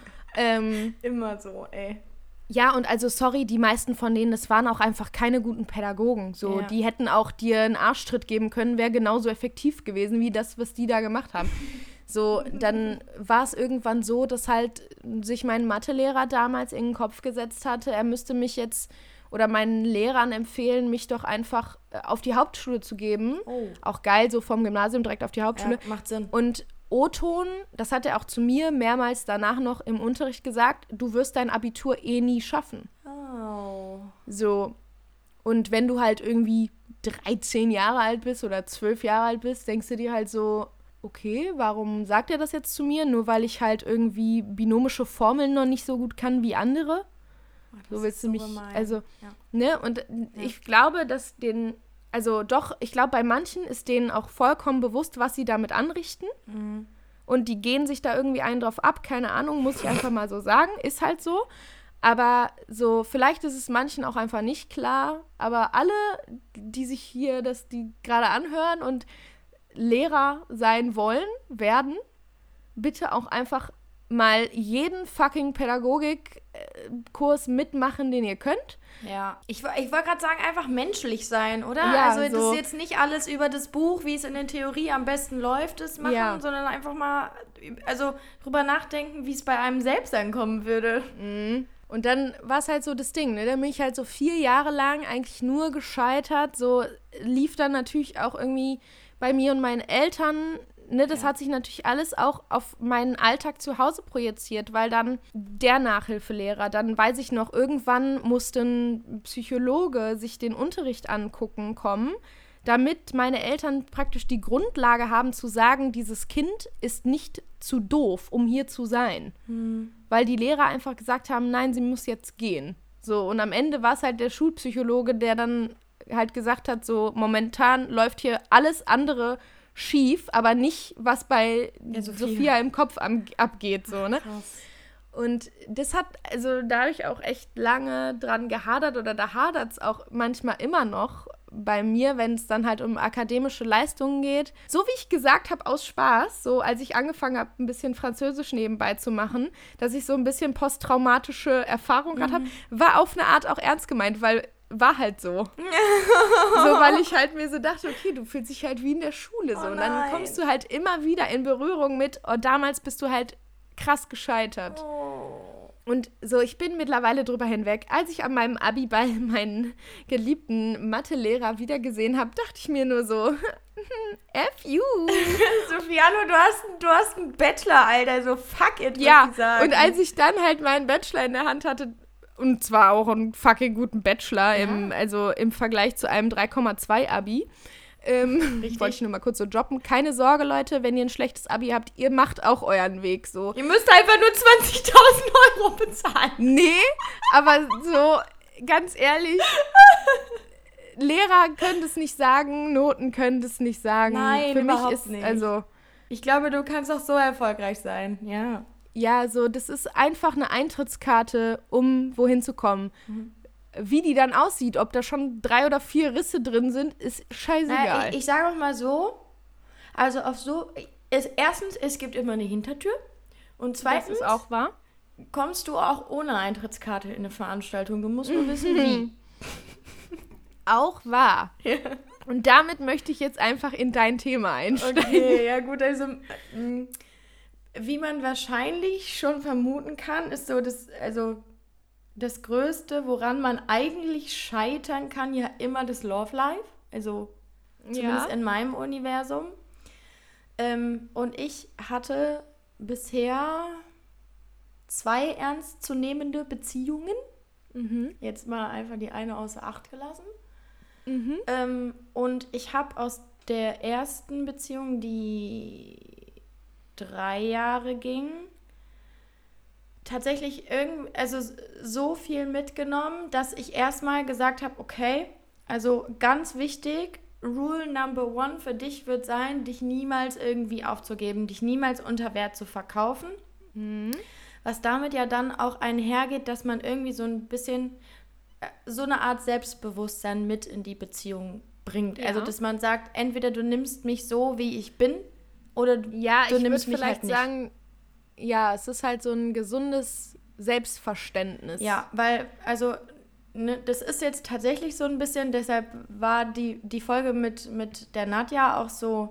Immer so, ey.
Ja, und also, sorry, die meisten von denen, das waren auch einfach keine guten Pädagogen. So, die hätten auch dir einen Arschtritt geben können, wäre genauso effektiv gewesen, wie das, was die da gemacht haben. So, dann war es irgendwann so, dass halt sich mein Mathelehrer damals in den Kopf gesetzt hatte, er müsste mich jetzt oder meinen Lehrern empfehlen, mich doch einfach auf die Hauptschule zu geben. Oh. Auch geil, so vom Gymnasium direkt auf die Hauptschule.
Ja, macht Sinn.
Und O-Ton, das hat er auch zu mir mehrmals danach noch im Unterricht gesagt, du wirst dein Abitur nie schaffen.
Oh.
So, und wenn du halt irgendwie 13 Jahre alt bist oder 12 Jahre alt bist, denkst du dir halt so, okay, warum sagt er das jetzt zu mir? Nur weil ich halt irgendwie binomische Formeln noch nicht so gut kann wie andere? So willst du mich, gemein. Also, ne, und ich glaube, ich glaube, bei manchen ist denen auch vollkommen bewusst, was sie damit anrichten. Mhm. Und die gehen sich da irgendwie einen drauf ab, keine Ahnung, muss ich einfach mal so sagen, ist halt so. Aber so, vielleicht ist es manchen auch einfach nicht klar, aber alle, die sich hier die gerade anhören und Lehrer sein werden, bitte auch einfach mal jeden fucking Pädagogikkurs mitmachen, den ihr könnt.
Ja, ich wollte gerade sagen, einfach menschlich sein, oder?
Ja,
also
so.
Das ist jetzt nicht alles über das Buch, wie es in der Theorie am besten läuft, das machen, sondern einfach mal drüber nachdenken, wie es bei einem selbst ankommen würde.
Mhm. Und dann war es halt so das Ding, ne? Da bin ich halt so 4 Jahre lang eigentlich nur gescheitert. So lief dann natürlich auch irgendwie bei mir und meinen Eltern, ne? Das hat sich natürlich alles auch auf meinen Alltag zu Hause projiziert, weil dann der Nachhilfelehrer, dann weiß ich noch, irgendwann musste ein Psychologe sich den Unterricht angucken kommen, damit meine Eltern praktisch die Grundlage haben zu sagen, dieses Kind ist nicht zu doof, um hier zu sein. Weil die Lehrer einfach gesagt haben, nein, sie muss jetzt gehen. So, und am Ende war es halt der Schulpsychologe, der dann halt gesagt hat, so momentan läuft hier alles andere schief, aber nicht, was bei Sophia im Kopf abgeht, so, ne?
Krass.
Und das hat also dadurch auch echt lange dran gehadert oder da hadert es auch manchmal immer noch bei mir, wenn es dann halt um akademische Leistungen geht. So wie ich gesagt habe, aus Spaß, so als ich angefangen habe, ein bisschen Französisch nebenbei zu machen, dass ich so ein bisschen posttraumatische Erfahrung gerade habe, war auf eine Art auch ernst gemeint, weil war halt so. Weil ich halt mir so dachte, okay, du fühlst dich halt wie in der Schule so. Und dann kommst du halt immer wieder in Berührung mit, damals bist du halt krass gescheitert. Und so, ich bin mittlerweile drüber hinweg. Als ich an meinem Abi-Ball meinen geliebten Mathelehrer wiedergesehen habe, dachte ich mir nur so, F you.
Sofiano, du hast einen Bachelor, Alter, so fuck it,
ja,
ich sagen.
Und als ich dann halt meinen Bachelor in der Hand hatte, und zwar auch einen fucking guten Bachelor, im Vergleich zu einem 3,2 Abi, Wollte ich nur mal kurz so droppen. Keine Sorge, Leute, wenn ihr ein schlechtes Abi habt, ihr macht auch euren Weg so.
Ihr müsst einfach nur 20.000 Euro bezahlen.
Nee, aber so, ganz ehrlich, Lehrer können das nicht sagen, Noten können das nicht sagen.
Nein,
für
überhaupt
mich ist,
nicht.
also...
Ich glaube, du kannst auch so erfolgreich sein, ja.
Ja, so, das ist einfach eine Eintrittskarte, um wohin zu kommen. Wie die dann aussieht, ob da schon 3 oder 4 Risse drin sind, ist scheißegal.
Ich sage auch mal so, also erstens, es gibt immer eine Hintertür und zweitens
das ist auch wahr.
Kommst du auch ohne Eintrittskarte in eine Veranstaltung. Du musst nur wissen, wie.
Auch wahr. Ja. Und damit möchte ich jetzt einfach in dein Thema einsteigen.
Okay, ja gut, also wie man wahrscheinlich schon vermuten kann, ist so das Größte, woran man eigentlich scheitern kann, ja immer das Love Life. Also zumindest in meinem Universum. Und ich hatte bisher 2 ernstzunehmende Beziehungen. Jetzt mal einfach die eine außer Acht gelassen. Und ich habe aus der ersten Beziehung, die 3 Jahre ging, tatsächlich so viel mitgenommen, dass ich erstmal gesagt habe, okay, also ganz wichtig, Rule Number 1 für dich wird sein, dich niemals irgendwie aufzugeben, dich niemals unter Wert zu verkaufen. Was damit ja dann auch einhergeht, dass man irgendwie so ein bisschen so eine Art Selbstbewusstsein mit in die Beziehung bringt. Ja. Also, dass man sagt, entweder du nimmst mich so, wie ich bin, oder du nimmst mich halt nicht. Ja, ich würde vielleicht sagen,
ja, es ist halt so ein gesundes Selbstverständnis.
Ja, weil, also, das ist jetzt tatsächlich so ein bisschen, deshalb war die Folge mit der Nadja auch so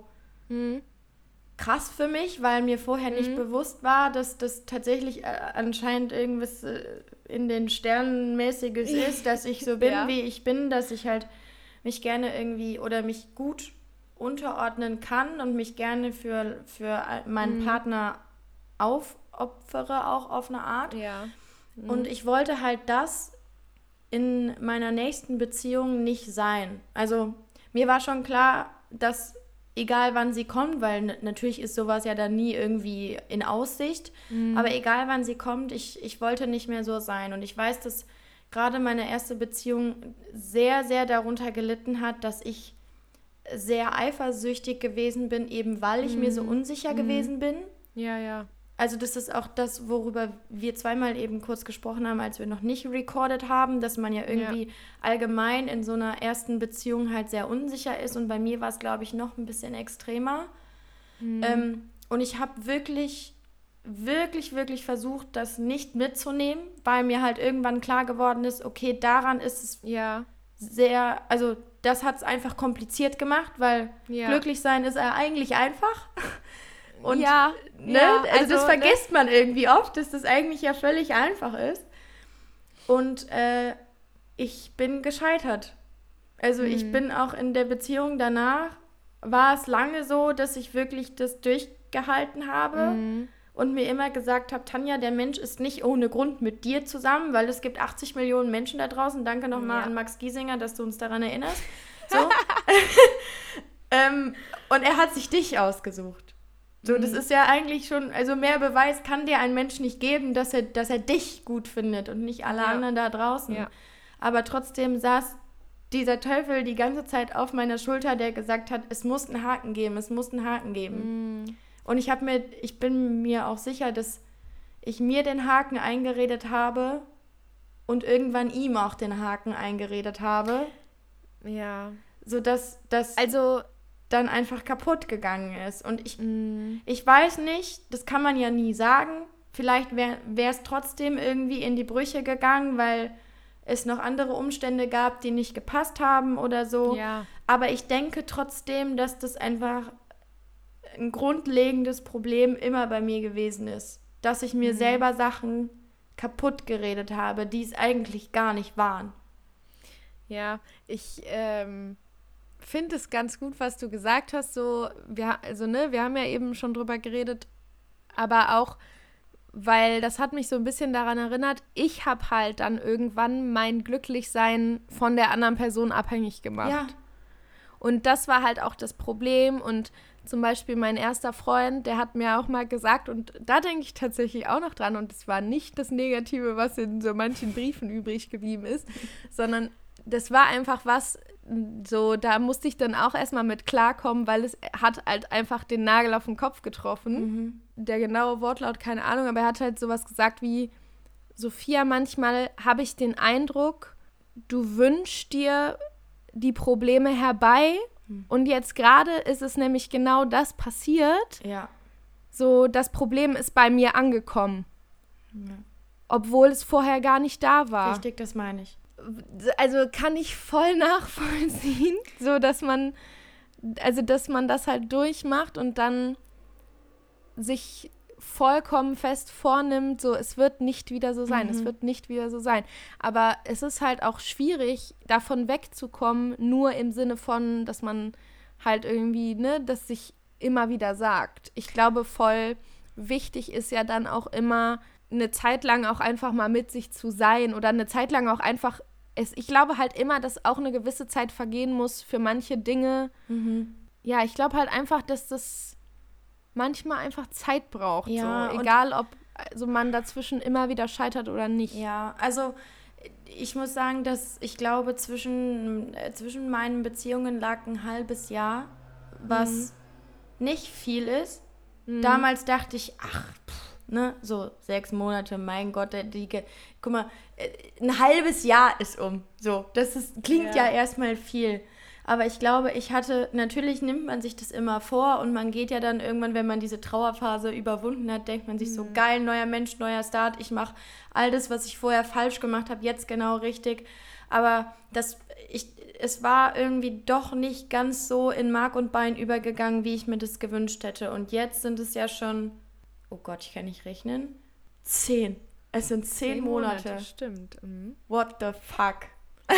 krass für mich, weil mir vorher nicht bewusst war, dass das tatsächlich anscheinend irgendwas in den Sternen mäßiges ist, dass ich so bin, wie ich bin, dass ich halt mich gerne irgendwie oder mich gut unterordnen kann und mich gerne für meinen Partner aufopfere, auch auf eine Art.
Ja.
Und ich wollte halt das in meiner nächsten Beziehung nicht sein. Also mir war schon klar, dass egal wann sie kommt, weil natürlich ist sowas ja dann nie irgendwie in Aussicht, aber egal wann sie kommt, ich wollte nicht mehr so sein. Und ich weiß, dass gerade meine erste Beziehung sehr, sehr darunter gelitten hat, dass ich sehr eifersüchtig gewesen bin, eben weil ich mir so unsicher gewesen bin.
Ja, ja.
Also das ist auch das, worüber wir zweimal eben kurz gesprochen haben, als wir noch nicht recorded haben, dass man ja irgendwie allgemein in so einer ersten Beziehung halt sehr unsicher ist. Und bei mir war es, glaube ich, noch ein bisschen extremer. Und ich habe wirklich, wirklich, wirklich versucht, das nicht mitzunehmen, weil mir halt irgendwann klar geworden ist, okay, daran ist es sehr, also das hat es einfach kompliziert gemacht, weil glücklich sein ist ja eigentlich einfach. Und also das vergisst man irgendwie oft, dass das eigentlich ja völlig einfach ist. Und ich bin gescheitert. Also ich bin auch in der Beziehung danach, war es lange so, dass ich wirklich das durchgehalten habe und mir immer gesagt habe, Tanja, der Mensch ist nicht ohne Grund mit dir zusammen, weil es gibt 80 Millionen Menschen da draußen. Danke nochmal an Max Giesinger, dass du uns daran erinnerst. So. Und er hat sich dich ausgesucht. So, das ist ja eigentlich schon, also mehr Beweis kann dir ein Mensch nicht geben, dass er dich gut findet und nicht alle anderen da draußen. Ja. Aber trotzdem saß dieser Teufel die ganze Zeit auf meiner Schulter, der gesagt hat, es muss einen Haken geben, es muss einen Haken geben. Und ich bin mir auch sicher, dass ich mir den Haken eingeredet habe und irgendwann ihm auch den Haken eingeredet habe.
Ja.
Sodass das dann einfach kaputt gegangen ist. Und ich weiß nicht, das kann man ja nie sagen, vielleicht wäre es trotzdem irgendwie in die Brüche gegangen, weil es noch andere Umstände gab, die nicht gepasst haben oder so.
Ja.
Aber ich denke trotzdem, dass das einfach ein grundlegendes Problem immer bei mir gewesen ist. Dass ich mir selber Sachen kaputt geredet habe, die es eigentlich gar nicht waren.
Ja, ich finde es ganz gut, was du gesagt hast. So, wir haben ja eben schon drüber geredet, aber auch, weil das hat mich so ein bisschen daran erinnert, ich habe halt dann irgendwann mein Glücklichsein von der anderen Person abhängig gemacht. Ja. Und das war halt auch das Problem. Und zum Beispiel mein erster Freund, der hat mir auch mal gesagt, und da denke ich tatsächlich auch noch dran, und es war nicht das Negative, was in so manchen Briefen übrig geblieben ist, sondern das war einfach was, so, da musste ich dann auch erstmal mit klarkommen, weil es hat halt einfach den Nagel auf den Kopf getroffen. Der genaue Wortlaut, keine Ahnung, aber er hat halt sowas gesagt wie, Sophia, manchmal habe ich den Eindruck, du wünschst dir die Probleme herbei und jetzt gerade ist es nämlich genau das passiert.
Ja.
So, das Problem ist bei mir angekommen. Ja. Obwohl es vorher gar nicht da war.
Richtig, das meine ich.
Also kann ich voll nachvollziehen, so dass man das halt durchmacht und dann sich vollkommen fest vornimmt, so es wird nicht wieder so sein, es wird nicht wieder so sein. Aber es ist halt auch schwierig, davon wegzukommen, nur im Sinne von, dass man halt irgendwie, ne, das sich immer wieder sagt. Ich glaube, voll wichtig ist ja dann auch immer, eine Zeit lang auch einfach mal mit sich zu sein oder eine Zeit lang auch einfach, ich glaube halt immer, dass auch eine gewisse Zeit vergehen muss für manche Dinge. Ja, ich glaube halt einfach, dass das manchmal einfach Zeit braucht. Ja, so. Egal, ob also man dazwischen immer wieder scheitert oder nicht.
Ja, also ich muss sagen, dass ich glaube, zwischen meinen Beziehungen lag ein halbes Jahr, was nicht viel ist. Damals dachte ich, ne, so 6 Monate, mein Gott, guck mal, ein halbes Jahr ist um. So, klingt ja erstmal viel. Aber ich glaube, natürlich nimmt man sich das immer vor und man geht ja dann irgendwann, wenn man diese Trauerphase überwunden hat, denkt man sich so, geil, neuer Mensch, neuer Start, ich mache all das, was ich vorher falsch gemacht habe, jetzt genau richtig. Aber es war irgendwie doch nicht ganz so in Mark und Bein übergegangen, wie ich mir das gewünscht hätte. Und jetzt sind es ja schon, oh Gott, ich kann nicht rechnen, 10. Es sind 10 Monate.
Stimmt.
What the fuck?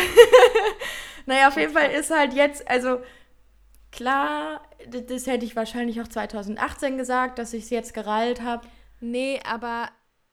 Naja, auf jeden Fall ist halt jetzt, also klar, das hätte ich wahrscheinlich auch 2018 gesagt, dass ich es jetzt gereilt habe.
Nee, aber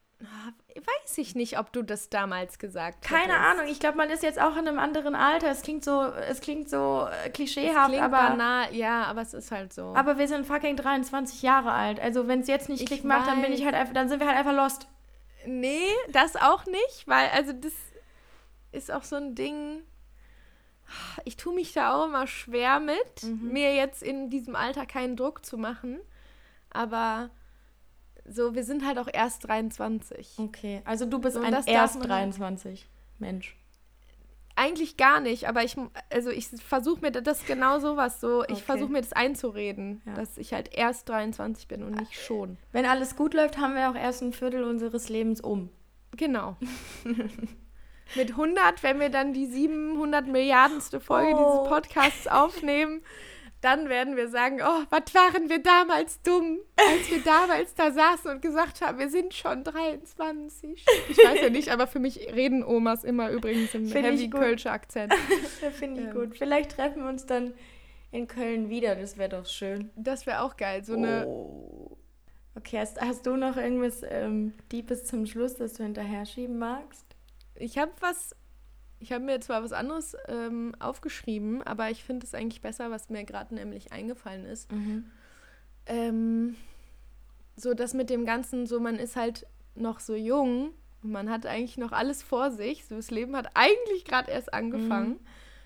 weiß ich nicht, ob du das damals gesagt hast.
Keine Ahnung, ich glaube, man ist jetzt auch in einem anderen Alter. Es klingt so klischeehaft,
klingt
aber
banal, ja, aber es ist halt so.
Aber wir sind fucking 23 Jahre alt. Also wenn es jetzt nicht Klick macht, dann sind wir halt einfach lost.
Nee, das auch nicht, weil also das ist auch so ein Ding. Ich tue mich da auch immer schwer mit, mir jetzt in diesem Alter keinen Druck zu machen. Aber so, wir sind halt auch erst 23.
Okay, also du bist ein erst 23 Mensch.
Eigentlich gar nicht, aber ich versuche mir das genau sowas so, ich versuche mir das einzureden, dass ich halt erst 23 bin und nicht schon.
Wenn alles gut läuft, haben wir auch erst ein Viertel unseres Lebens um.
Genau. Mit 100, wenn wir dann die 700 Milliardenste Folge dieses Podcasts aufnehmen, dann werden wir sagen, oh, was waren wir damals dumm, als wir damals da saßen und gesagt haben, wir sind schon 23. Ich weiß ja nicht, aber für mich reden Omas immer übrigens im Heavy-Kölscher Akzent.
Finde ich gut. Vielleicht treffen wir uns dann in Köln wieder, das wäre doch schön.
Das wäre auch geil,
Okay, hast du noch irgendwas Deepes zum Schluss, das du hinterher schieben magst?
Ich habe mir zwar was anderes aufgeschrieben, aber ich finde es eigentlich besser, was mir gerade nämlich eingefallen ist. So, das mit dem Ganzen, so man ist halt noch so jung und man hat eigentlich noch alles vor sich. So, das Leben hat eigentlich gerade erst angefangen.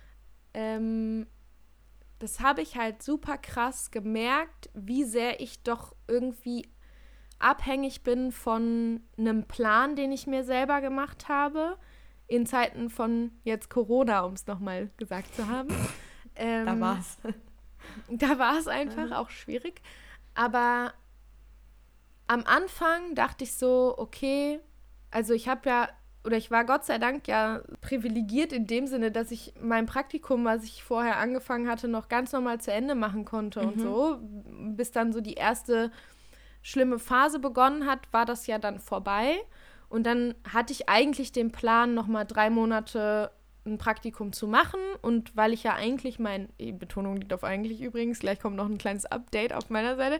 Das habe ich halt super krass gemerkt, wie sehr ich doch irgendwie abhängig bin von einem Plan, den ich mir selber gemacht habe, in Zeiten von jetzt Corona, um es nochmal gesagt zu haben.
Da war's.
Da war es einfach auch schwierig. Aber am Anfang dachte ich so, okay, also ich war Gott sei Dank ja privilegiert in dem Sinne, dass ich mein Praktikum, was ich vorher angefangen hatte, noch ganz normal zu Ende machen konnte und so. Bis dann so die erste schlimme Phase begonnen hat, war das ja dann vorbei. Und dann hatte ich eigentlich den Plan, nochmal 3 Monate ein Praktikum zu machen. Und weil ich ja eigentlich die Betonung liegt auf eigentlich übrigens, gleich kommt noch ein kleines Update auf meiner Seite,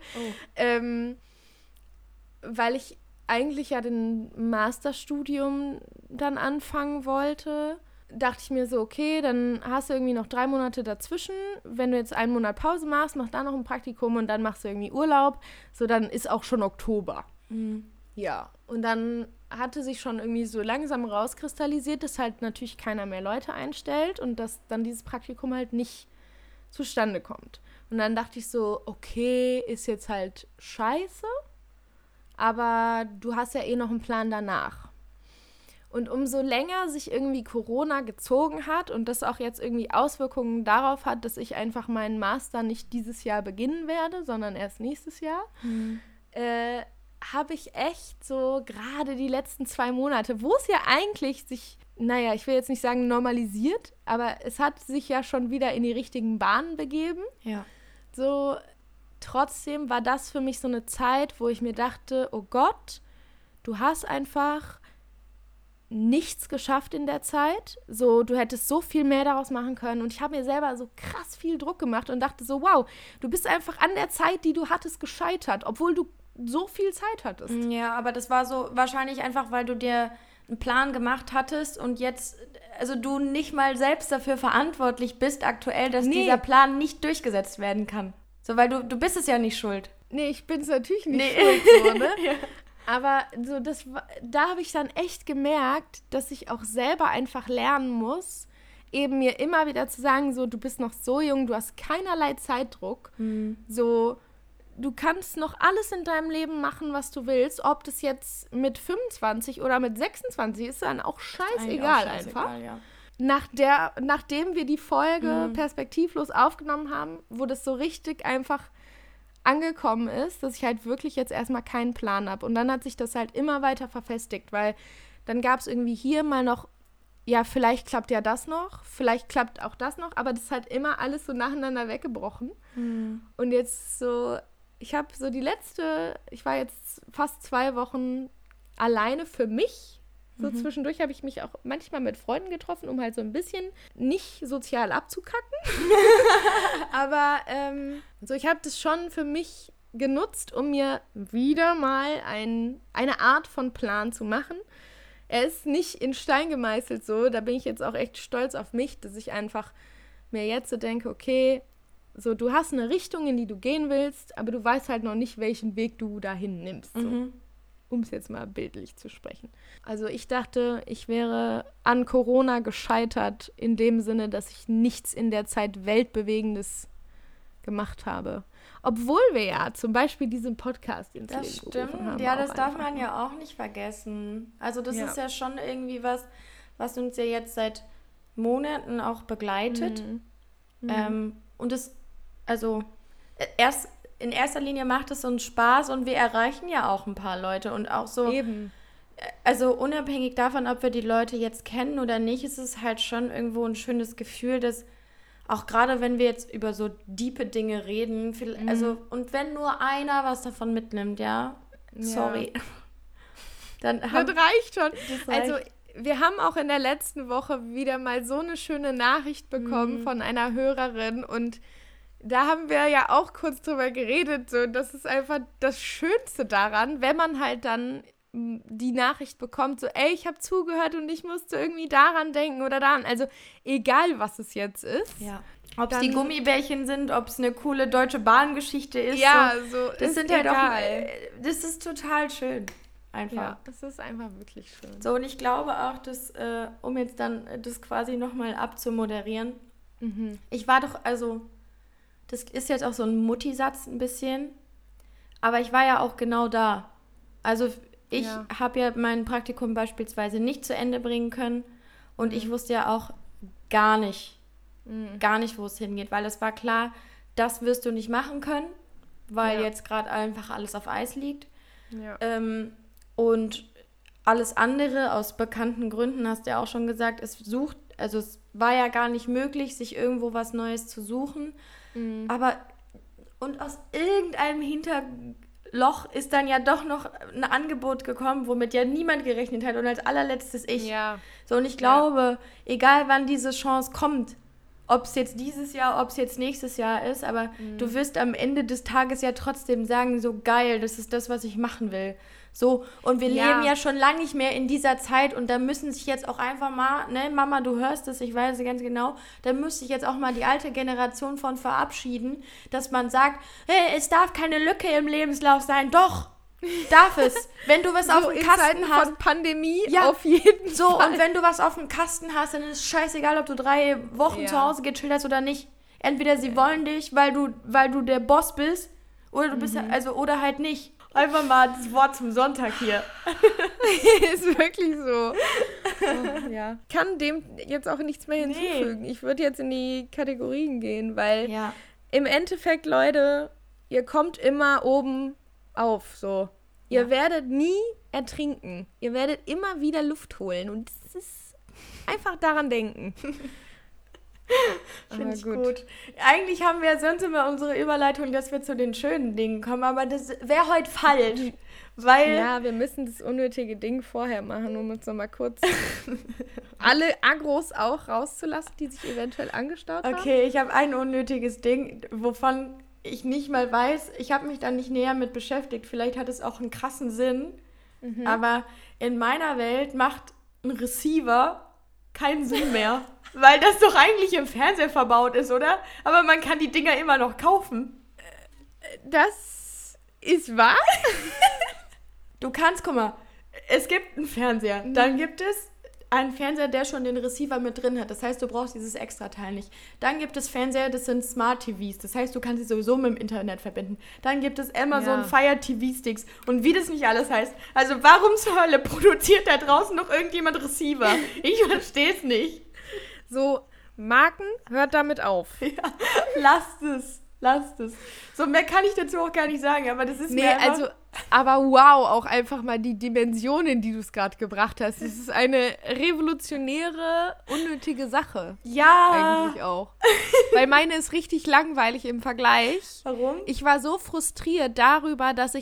weil ich eigentlich ja den Masterstudium dann anfangen wollte, dachte ich mir so, okay, dann hast du irgendwie noch 3 Monate dazwischen. Wenn du jetzt 1 Monat Pause machst, mach da noch ein Praktikum und dann machst du irgendwie Urlaub. So, dann ist auch schon Oktober. Ja, und dann hatte sich schon irgendwie so langsam rauskristallisiert, dass halt natürlich keiner mehr Leute einstellt und dass dann dieses Praktikum halt nicht zustande kommt. Und dann dachte ich so, okay, ist jetzt halt scheiße, aber du hast ja eh noch einen Plan danach. Und umso länger sich irgendwie Corona gezogen hat und das auch jetzt irgendwie Auswirkungen darauf hat, dass ich einfach meinen Master nicht dieses Jahr beginnen werde, sondern erst nächstes Jahr, habe ich echt so gerade die letzten 2 Monate, wo es ja eigentlich sich, naja, ich will jetzt nicht sagen normalisiert, aber es hat sich ja schon wieder in die richtigen Bahnen begeben.
Ja.
So, trotzdem war das für mich so eine Zeit, wo ich mir dachte, oh Gott, du hast einfach nichts geschafft in der Zeit. So, du hättest so viel mehr daraus machen können. Und ich habe mir selber so krass viel Druck gemacht und dachte so, wow, du bist einfach an der Zeit, die du hattest, gescheitert, obwohl du so viel Zeit hattest.
Ja, aber das war so wahrscheinlich einfach, weil du dir einen Plan gemacht hattest und jetzt, also du nicht mal selbst dafür verantwortlich bist aktuell, dass dieser Plan nicht durchgesetzt werden kann. So, weil du bist es ja nicht schuld.
Nee, ich bin es natürlich nicht schuld, so, ne? Ja. Aber so da habe ich dann echt gemerkt, dass ich auch selber einfach lernen muss, eben mir immer wieder zu sagen, so, du bist noch so jung, du hast keinerlei Zeitdruck, so, du kannst noch alles in deinem Leben machen, was du willst, ob das jetzt mit 25 oder mit 26 ist, dann auch scheißegal einfach. Ja. Nachdem wir die Folge perspektivlos aufgenommen haben, wo das so richtig einfach angekommen ist, dass ich halt wirklich jetzt erstmal keinen Plan habe. Und dann hat sich das halt immer weiter verfestigt, weil dann gab es irgendwie hier mal noch, ja, vielleicht klappt ja das noch, vielleicht klappt auch das noch, aber das ist halt immer alles so nacheinander weggebrochen. Und jetzt so, ich habe so ich war jetzt fast 2 Wochen alleine für mich. So zwischendurch habe ich mich auch manchmal mit Freunden getroffen, um halt so ein bisschen nicht sozial abzukacken. Aber so, ich habe das schon für mich genutzt, um mir wieder mal eine Art von Plan zu machen. Er ist nicht in Stein gemeißelt so, da bin ich jetzt auch echt stolz auf mich, dass ich einfach mir jetzt so denke, okay, so, du hast eine Richtung, in die du gehen willst, aber du weißt halt noch nicht, welchen Weg du dahin nimmst. So. Um es jetzt mal bildlich zu sprechen. Also ich dachte, ich wäre an Corona gescheitert, in dem Sinne, dass ich nichts in der Zeit Weltbewegendes gemacht habe. Obwohl wir ja zum Beispiel diesen Podcast ins Leben gerufen haben.
Ja, das darf man ja auch nicht vergessen. Also das ist ja schon irgendwie was uns ja jetzt seit Monaten auch begleitet. Und es, also in erster Linie macht es uns Spaß und wir erreichen ja auch ein paar Leute und auch so.
Eben.
Also unabhängig davon, ob wir die Leute jetzt kennen oder nicht, ist es halt schon irgendwo ein schönes Gefühl, dass auch gerade wenn wir jetzt über so diepe Dinge reden, also und wenn nur einer was davon mitnimmt, sorry. Dann
das reicht schon. Also wir haben auch in der letzten Woche wieder mal so eine schöne Nachricht bekommen von einer Hörerin und da haben wir ja auch kurz drüber geredet, so, das ist einfach das Schönste daran, wenn man halt dann die Nachricht bekommt, so, ey, ich habe zugehört und ich musste irgendwie daran denken oder daran, also egal, was es jetzt ist.
Ja. Ob es die Gummibärchen sind, ob es eine coole Deutsche Bahn-Geschichte ist.
Ja, so
das sind halt egal. Auch, das ist total schön. Einfach.
Ja, das ist einfach wirklich schön.
So, und ich glaube auch, dass, um jetzt dann das quasi nochmal abzumoderieren, ich war doch, also das ist jetzt auch so ein Mutti-Satz ein bisschen, aber ich war ja auch genau da. Also ich habe ja mein Praktikum beispielsweise nicht zu Ende bringen können und ich wusste ja auch gar nicht, wo es hingeht, weil es war klar, das wirst du nicht machen können, weil jetzt gerade einfach alles auf Eis liegt. Ja. Und alles andere aus bekannten Gründen, hast du ja auch schon gesagt, es war ja gar nicht möglich, sich irgendwo was Neues zu suchen. Aber und aus irgendeinem Hinterloch ist dann ja doch noch ein Angebot gekommen, womit ja niemand gerechnet hat und als allerletztes ich.
Ja.
So, und ich glaube, egal wann diese Chance kommt, ob es jetzt dieses Jahr, ob es jetzt nächstes Jahr ist, aber du wirst am Ende des Tages ja trotzdem sagen, so geil, das ist das, was ich machen will. So, und wir leben ja schon lange nicht mehr in dieser Zeit und da müssen sich jetzt auch einfach mal, ne, Mama, du hörst es, ich weiß es ganz genau, da müsste ich jetzt auch mal die alte Generation von verabschieden, dass man sagt, hey, es darf keine Lücke im Lebenslauf sein. Doch, darf es. Wenn du was
so
auf dem Kasten hast.
Von Pandemie auf jeden Fall.
So, und wenn du was auf dem Kasten hast, dann ist es scheißegal, ob du 3 Wochen zu Hause gechillt hast oder nicht. Entweder sie wollen dich, weil du der Boss bist, oder du bist oder halt nicht. Einfach mal das Wort zum Sonntag hier.
Ist wirklich so. Oh, ja. Kann dem jetzt auch nichts mehr hinzufügen. Ich würde jetzt in die Kategorien gehen, weil im Endeffekt, Leute, ihr kommt immer oben auf, so. Ihr werdet nie ertrinken. Ihr werdet immer wieder Luft holen und das ist einfach daran denken.
Finde ich gut. Eigentlich haben wir sonst immer unsere Überleitung, dass wir zu den schönen Dingen kommen, aber das wäre heute falsch, weil...
Ja, wir müssen das unnötige Ding vorher machen, um uns nochmal kurz alle Agros auch rauszulassen, die sich eventuell angestaut haben.
Okay, ich habe ein unnötiges Ding, wovon ich nicht mal weiß, ich habe mich da nicht näher mit beschäftigt, vielleicht hat es auch einen krassen Sinn, aber in meiner Welt macht ein Receiver keinen Sinn mehr. Weil das doch eigentlich im Fernseher verbaut ist, oder? Aber man kann die Dinger immer noch kaufen.
Das ist wahr?
Du kannst, guck mal, es gibt einen Fernseher. Dann gibt es einen Fernseher, der schon den Receiver mit drin hat. Das heißt, du brauchst dieses Extra-Teil nicht. Dann gibt es Fernseher, das sind Smart TVs. Das heißt, du kannst sie sowieso mit dem Internet verbinden. Dann gibt es Amazon Fire TV-Sticks. Und wie das nicht alles heißt. Also warum zur Hölle produziert da draußen noch irgendjemand Receiver? Ich verstehe es nicht.
So, Marken, hört damit auf.
Ja, lasst es. So, mehr kann ich dazu auch gar nicht sagen, aber das ist mir
also, aber wow, auch einfach mal die Dimensionen, die du es gerade gebracht hast. Das ist eine revolutionäre, unnötige Sache.
Ja.
Eigentlich auch. Weil meine ist richtig langweilig im Vergleich.
Warum?
Ich war so frustriert darüber, dass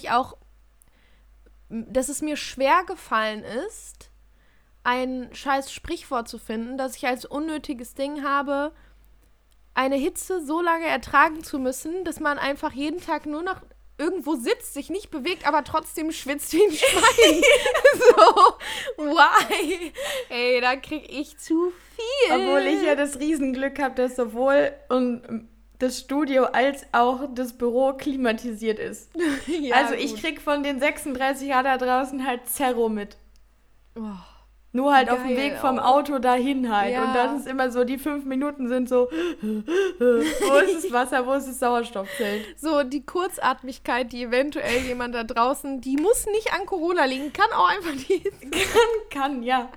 es mir schwer gefallen ist, ein scheiß Sprichwort zu finden, dass ich als unnötiges Ding habe, eine Hitze so lange ertragen zu müssen, dass man einfach jeden Tag nur noch irgendwo sitzt, sich nicht bewegt, aber trotzdem schwitzt wie ein Schwein. So, why? Ey, da krieg ich zu viel.
Obwohl ich ja das Riesenglück habe, dass sowohl das Studio als auch das Büro klimatisiert ist. Ja, also ich krieg von den 36 Grad da draußen halt Zerro mit.
Oh.
Nur halt auf dem Weg vom Auto dahin halt. Ja. Und das ist immer so, die 5 Minuten sind so, wo ist das Wasser, wo ist das Sauerstoffzelt?
So, die Kurzatmigkeit, die eventuell jemand da draußen, die muss nicht an Corona liegen, kann auch einfach die...
Kann, ja.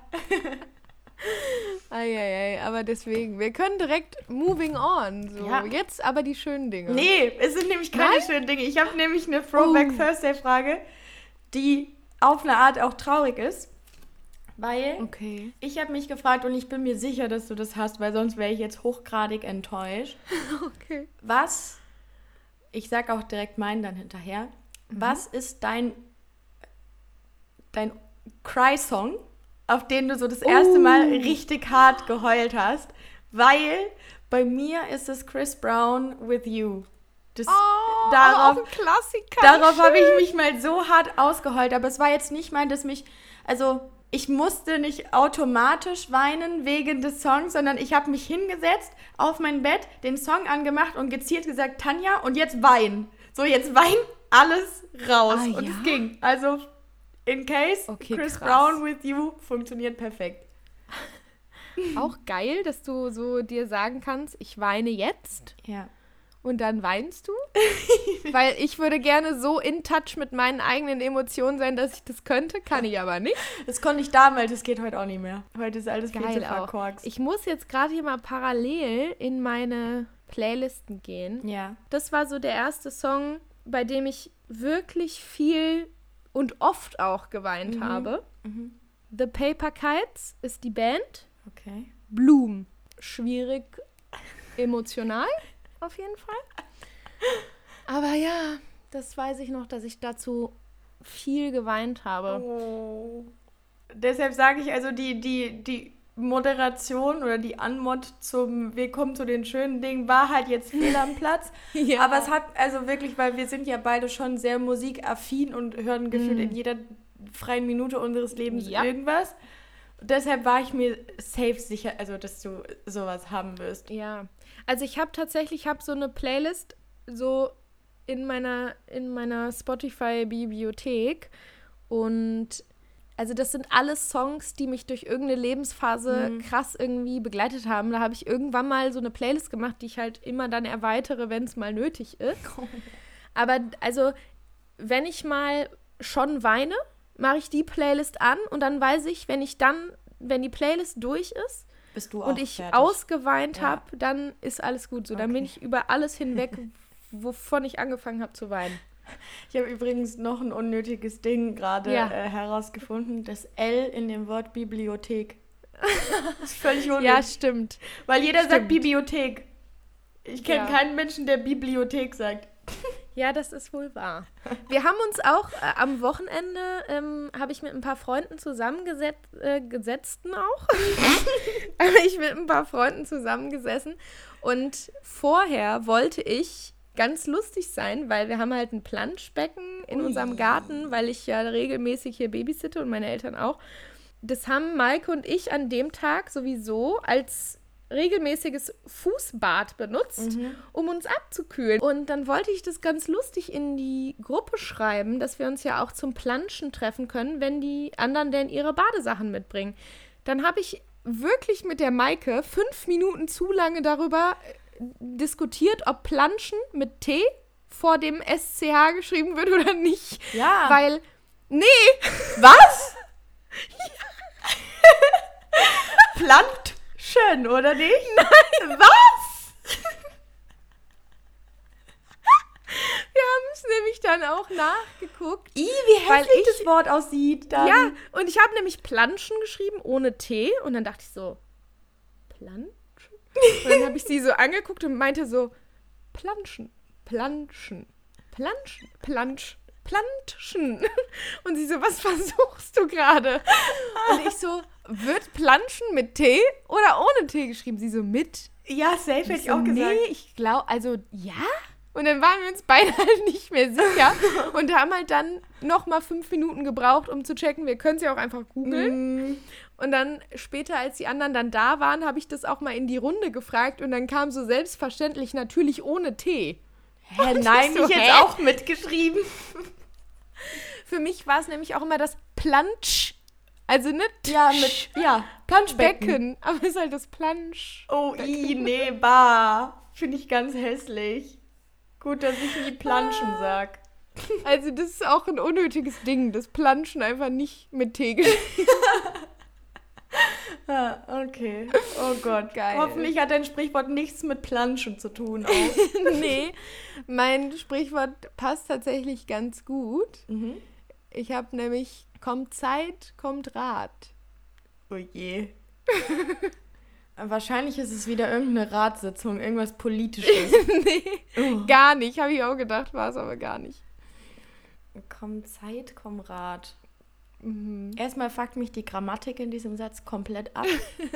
Eieiei, aber deswegen, wir können direkt moving on. So, jetzt aber die schönen Dinge.
Nee, es sind nämlich keine schönen Dinge. Ich habe nämlich eine Throwback Thursday-Frage, die auf eine Art auch traurig ist. Weil ich habe mich gefragt und ich bin mir sicher, dass du das hast, weil sonst wäre ich jetzt hochgradig enttäuscht.
Okay.
Ich sag auch direkt meinen dann hinterher, was ist dein Cry-Song, auf den du so das erste Mal richtig hart geheult hast? Weil bei mir ist es Chris Brown with You.
Auch ein Klassiker.
Darauf habe ich mich mal so hart ausgeheult, aber es war jetzt nicht mal, ich musste nicht automatisch weinen wegen des Songs, sondern ich habe mich hingesetzt, auf mein Bett, den Song angemacht und gezielt gesagt, Tanja, und jetzt wein. So, jetzt wein alles raus. Und es ging. Also, in case, Chris Brown with You funktioniert perfekt.
Auch geil, dass du so dir sagen kannst, ich weine jetzt.
Ja.
Und dann weinst du? Weil ich würde gerne so in touch mit meinen eigenen Emotionen sein, dass ich das könnte, kann ich aber nicht.
Das konnte ich damals, das geht heute auch nicht mehr. Heute ist alles viel zu verkorkst.
Ich muss jetzt gerade hier mal parallel in meine Playlisten gehen.
Ja.
Das war so der erste Song, bei dem ich wirklich viel und oft auch geweint habe.
Mhm.
The Paper Kites ist die Band.
Okay.
Bloom. Schwierig emotional. Auf jeden Fall. Aber ja, das weiß ich noch, dass ich dazu viel geweint habe.
Oh. Deshalb sage ich, also die Moderation oder die Anmod zum Wir kommen zu den schönen Dingen war halt jetzt fehl am Platz.
Ja.
Aber es hat also wirklich, weil wir sind ja beide schon sehr musikaffin und hören gefühlt in jeder freien Minute unseres Lebens irgendwas. Deshalb war ich mir safe sicher, also dass du sowas haben wirst.
Ja, also ich habe so eine Playlist so in meiner Spotify-Bibliothek und also das sind alles Songs, die mich durch irgendeine Lebensphase krass irgendwie begleitet haben. Da habe ich irgendwann mal so eine Playlist gemacht, die ich halt immer dann erweitere, wenn es mal nötig ist. Aber also, wenn ich mal schon weine, mache ich die Playlist an und dann weiß ich, wenn die Playlist durch ist
Bist du
und
auch
ich
fertig?
ausgeweint habe, dann ist alles gut so. Dann bin ich über alles hinweg, wovon ich angefangen habe zu weinen.
Ich habe übrigens noch ein unnötiges Ding gerade herausgefunden. Das L in dem Wort Bibliothek. Das ist völlig unnötig.
Ja, stimmt.
Weil jeder sagt Bibliothek. Ich kenne keinen Menschen, der Bibliothek sagt.
Ja, das ist wohl wahr. Wir haben uns auch am Wochenende, habe ich mit ein paar Freunden zusammengesessen und vorher wollte ich ganz lustig sein, weil wir haben halt ein Planschbecken in unserem Garten, weil ich ja regelmäßig hier babysitte und meine Eltern auch. Das haben Maike und ich an dem Tag sowieso als regelmäßiges Fußbad benutzt, um uns abzukühlen. Und dann wollte ich das ganz lustig in die Gruppe schreiben, dass wir uns ja auch zum Planschen treffen können, wenn die anderen denn ihre Badesachen mitbringen. Dann habe ich wirklich mit der Maike 5 Minuten zu lange darüber diskutiert, ob Planschen mit T vor dem SCH geschrieben wird oder nicht.
Ja.
Weil, nee.
Was? Plant schön, oder nicht?
Nein.
Was?
Wir haben es nämlich dann auch nachgeguckt.
Wie hässlich das Wort aussieht. Dann.
Ja, und ich habe nämlich Planschen geschrieben ohne T und dann dachte ich so, Planschen? Und dann habe ich sie so angeguckt und meinte so, Planschen. Und sie so, was versuchst du gerade? Und ich so, wird Planschen mit T oder ohne T geschrieben? Sie so, mit.
Ja, safe hätte ich auch gesagt.
Nee, ich glaube, also, ja? Und dann waren wir uns beide halt nicht mehr sicher und haben halt dann nochmal 5 Minuten gebraucht, um zu checken, wir können es ja auch einfach googeln. Und dann später, als die anderen dann da waren, habe ich das auch mal in die Runde gefragt und dann kam so selbstverständlich natürlich ohne T.
Hä, nein, ich jetzt auch mitgeschrieben.
Für mich war es nämlich auch immer das Plansch. Also nicht
Planschbecken.
aber es ist halt das Plansch.
Oh, nee, bah. Finde ich ganz hässlich. Gut, dass ich nie Planschen sag.
Also das ist auch ein unnötiges Ding, das Planschen einfach nicht mit T geschrieben.
Okay. Oh Gott.
Geil.
Hoffentlich hat dein Sprichwort nichts mit Planschen zu tun. Auch.
Nee, mein Sprichwort passt tatsächlich ganz gut. Ich habe nämlich, kommt Zeit, kommt Rat.
Oh je. Wahrscheinlich ist es wieder irgendeine Ratssitzung, irgendwas Politisches.
Nee, gar nicht. Habe ich auch gedacht, war es aber gar nicht.
Komm Zeit, komm Rat. Erstmal fuckt mich die Grammatik in diesem Satz komplett ab.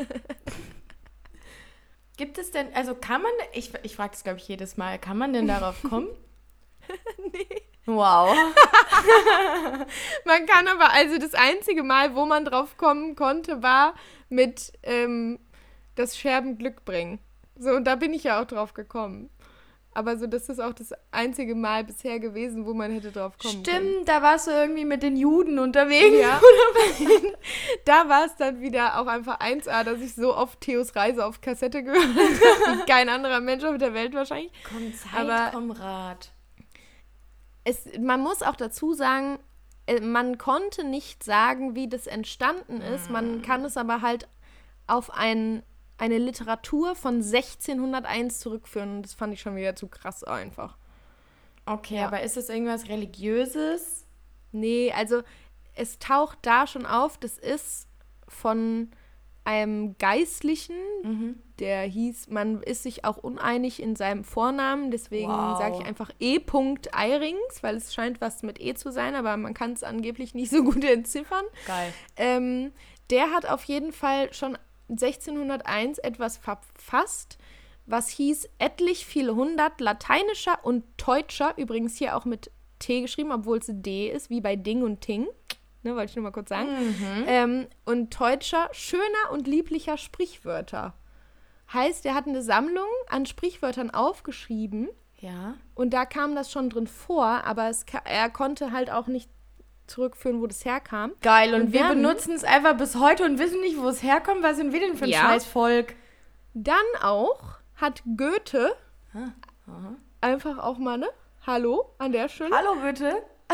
Gibt es denn, also kann man, ich frage das glaube ich jedes Mal, kann man denn darauf kommen?
Nee.
Wow.
Man kann aber, also das einzige Mal, wo man drauf kommen konnte, war mit das Scherben Glück bringen. So, und da bin ich ja auch drauf gekommen. Aber so, das ist auch das einzige Mal bisher gewesen, wo man hätte drauf kommen können.
Stimmt, da warst du irgendwie mit den Juden unterwegs.
Ja. Da war es dann wieder auch einfach 1A, dass ich so oft Theos Reise auf Kassette gehört habe, wie kein anderer Mensch auf der Welt wahrscheinlich.
Komm Zeit, komm Rat.
Man muss auch dazu sagen, man konnte nicht sagen, wie das entstanden ist. Man kann es aber halt auf eine Literatur von 1601 zurückführen. Und das fand ich schon wieder zu krass einfach.
Okay, aber ist es irgendwas Religiöses?
Nee, also es taucht da schon auf, das ist von einem Geistlichen, der hieß, man ist sich auch uneinig in seinem Vornamen, deswegen sage ich einfach E. Eirings, weil es scheint was mit E zu sein, aber man kann es angeblich nicht so gut entziffern.
Geil.
Der hat auf jeden Fall schon 1601 etwas verfasst, was hieß etlich viele hundert lateinischer und deutscher, übrigens hier auch mit T geschrieben, obwohl es D ist, wie bei Ding und Ting, ne, wollte ich nur mal kurz sagen, und deutscher, schöner und lieblicher Sprichwörter. Heißt, er hat eine Sammlung an Sprichwörtern aufgeschrieben.
Ja.
Und da kam das schon drin vor, aber er konnte halt auch nicht zurückführen, wo das herkam.
Geil, und wir benutzen es einfach bis heute und wissen nicht, wo es herkommt. Was sind wir denn für ein Scheißvolk?
Dann auch hat Goethe einfach auch mal, ne? Hallo an der Stelle.
Hallo, Goethe.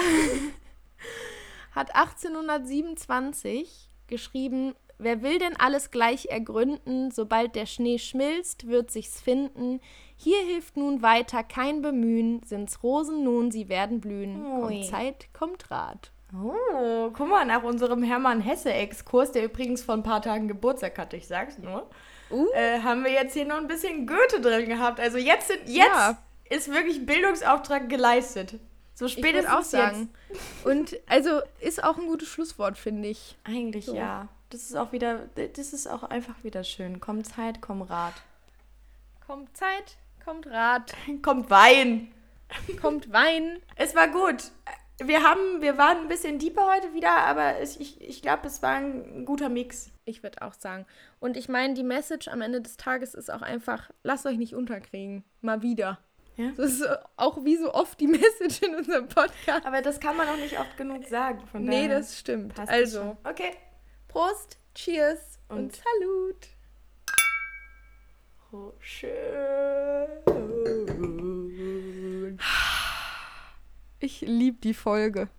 Hat 1827 geschrieben, wer will denn alles gleich ergründen, sobald der Schnee schmilzt, wird sich's finden. Hier hilft nun weiter kein Bemühen, sind's Rosen nun, sie werden blühen. Kommt Zeit, kommt Rat.
Oh, guck mal, nach unserem Hermann-Hesse-Exkurs, der übrigens vor ein paar Tagen Geburtstag hatte, ich sag's nur, haben wir jetzt hier noch ein bisschen Goethe drin gehabt. Also jetzt ist wirklich Bildungsauftrag geleistet. So spätestens
auch sagen. Und also ist auch ein gutes Schlusswort, finde ich.
Eigentlich so. Ja. Das ist auch einfach wieder schön. Kommt Zeit, kommt Rat.
Kommt Zeit, kommt Rat.
Kommt Wein.
Kommt Wein.
Es war gut. Wir waren ein bisschen deeper heute wieder, aber ich glaube, es war ein guter Mix.
Ich würde auch sagen. Und ich meine, die Message am Ende des Tages ist auch einfach, lasst euch nicht unterkriegen. Mal wieder. Ja? Das ist auch wie so oft die Message in unserem Podcast.
Aber das kann man auch nicht oft genug sagen. Von daher
das stimmt. Also,
okay.
Prost, Cheers und Salut.
Oh, schön.
Ich liebe die Folge.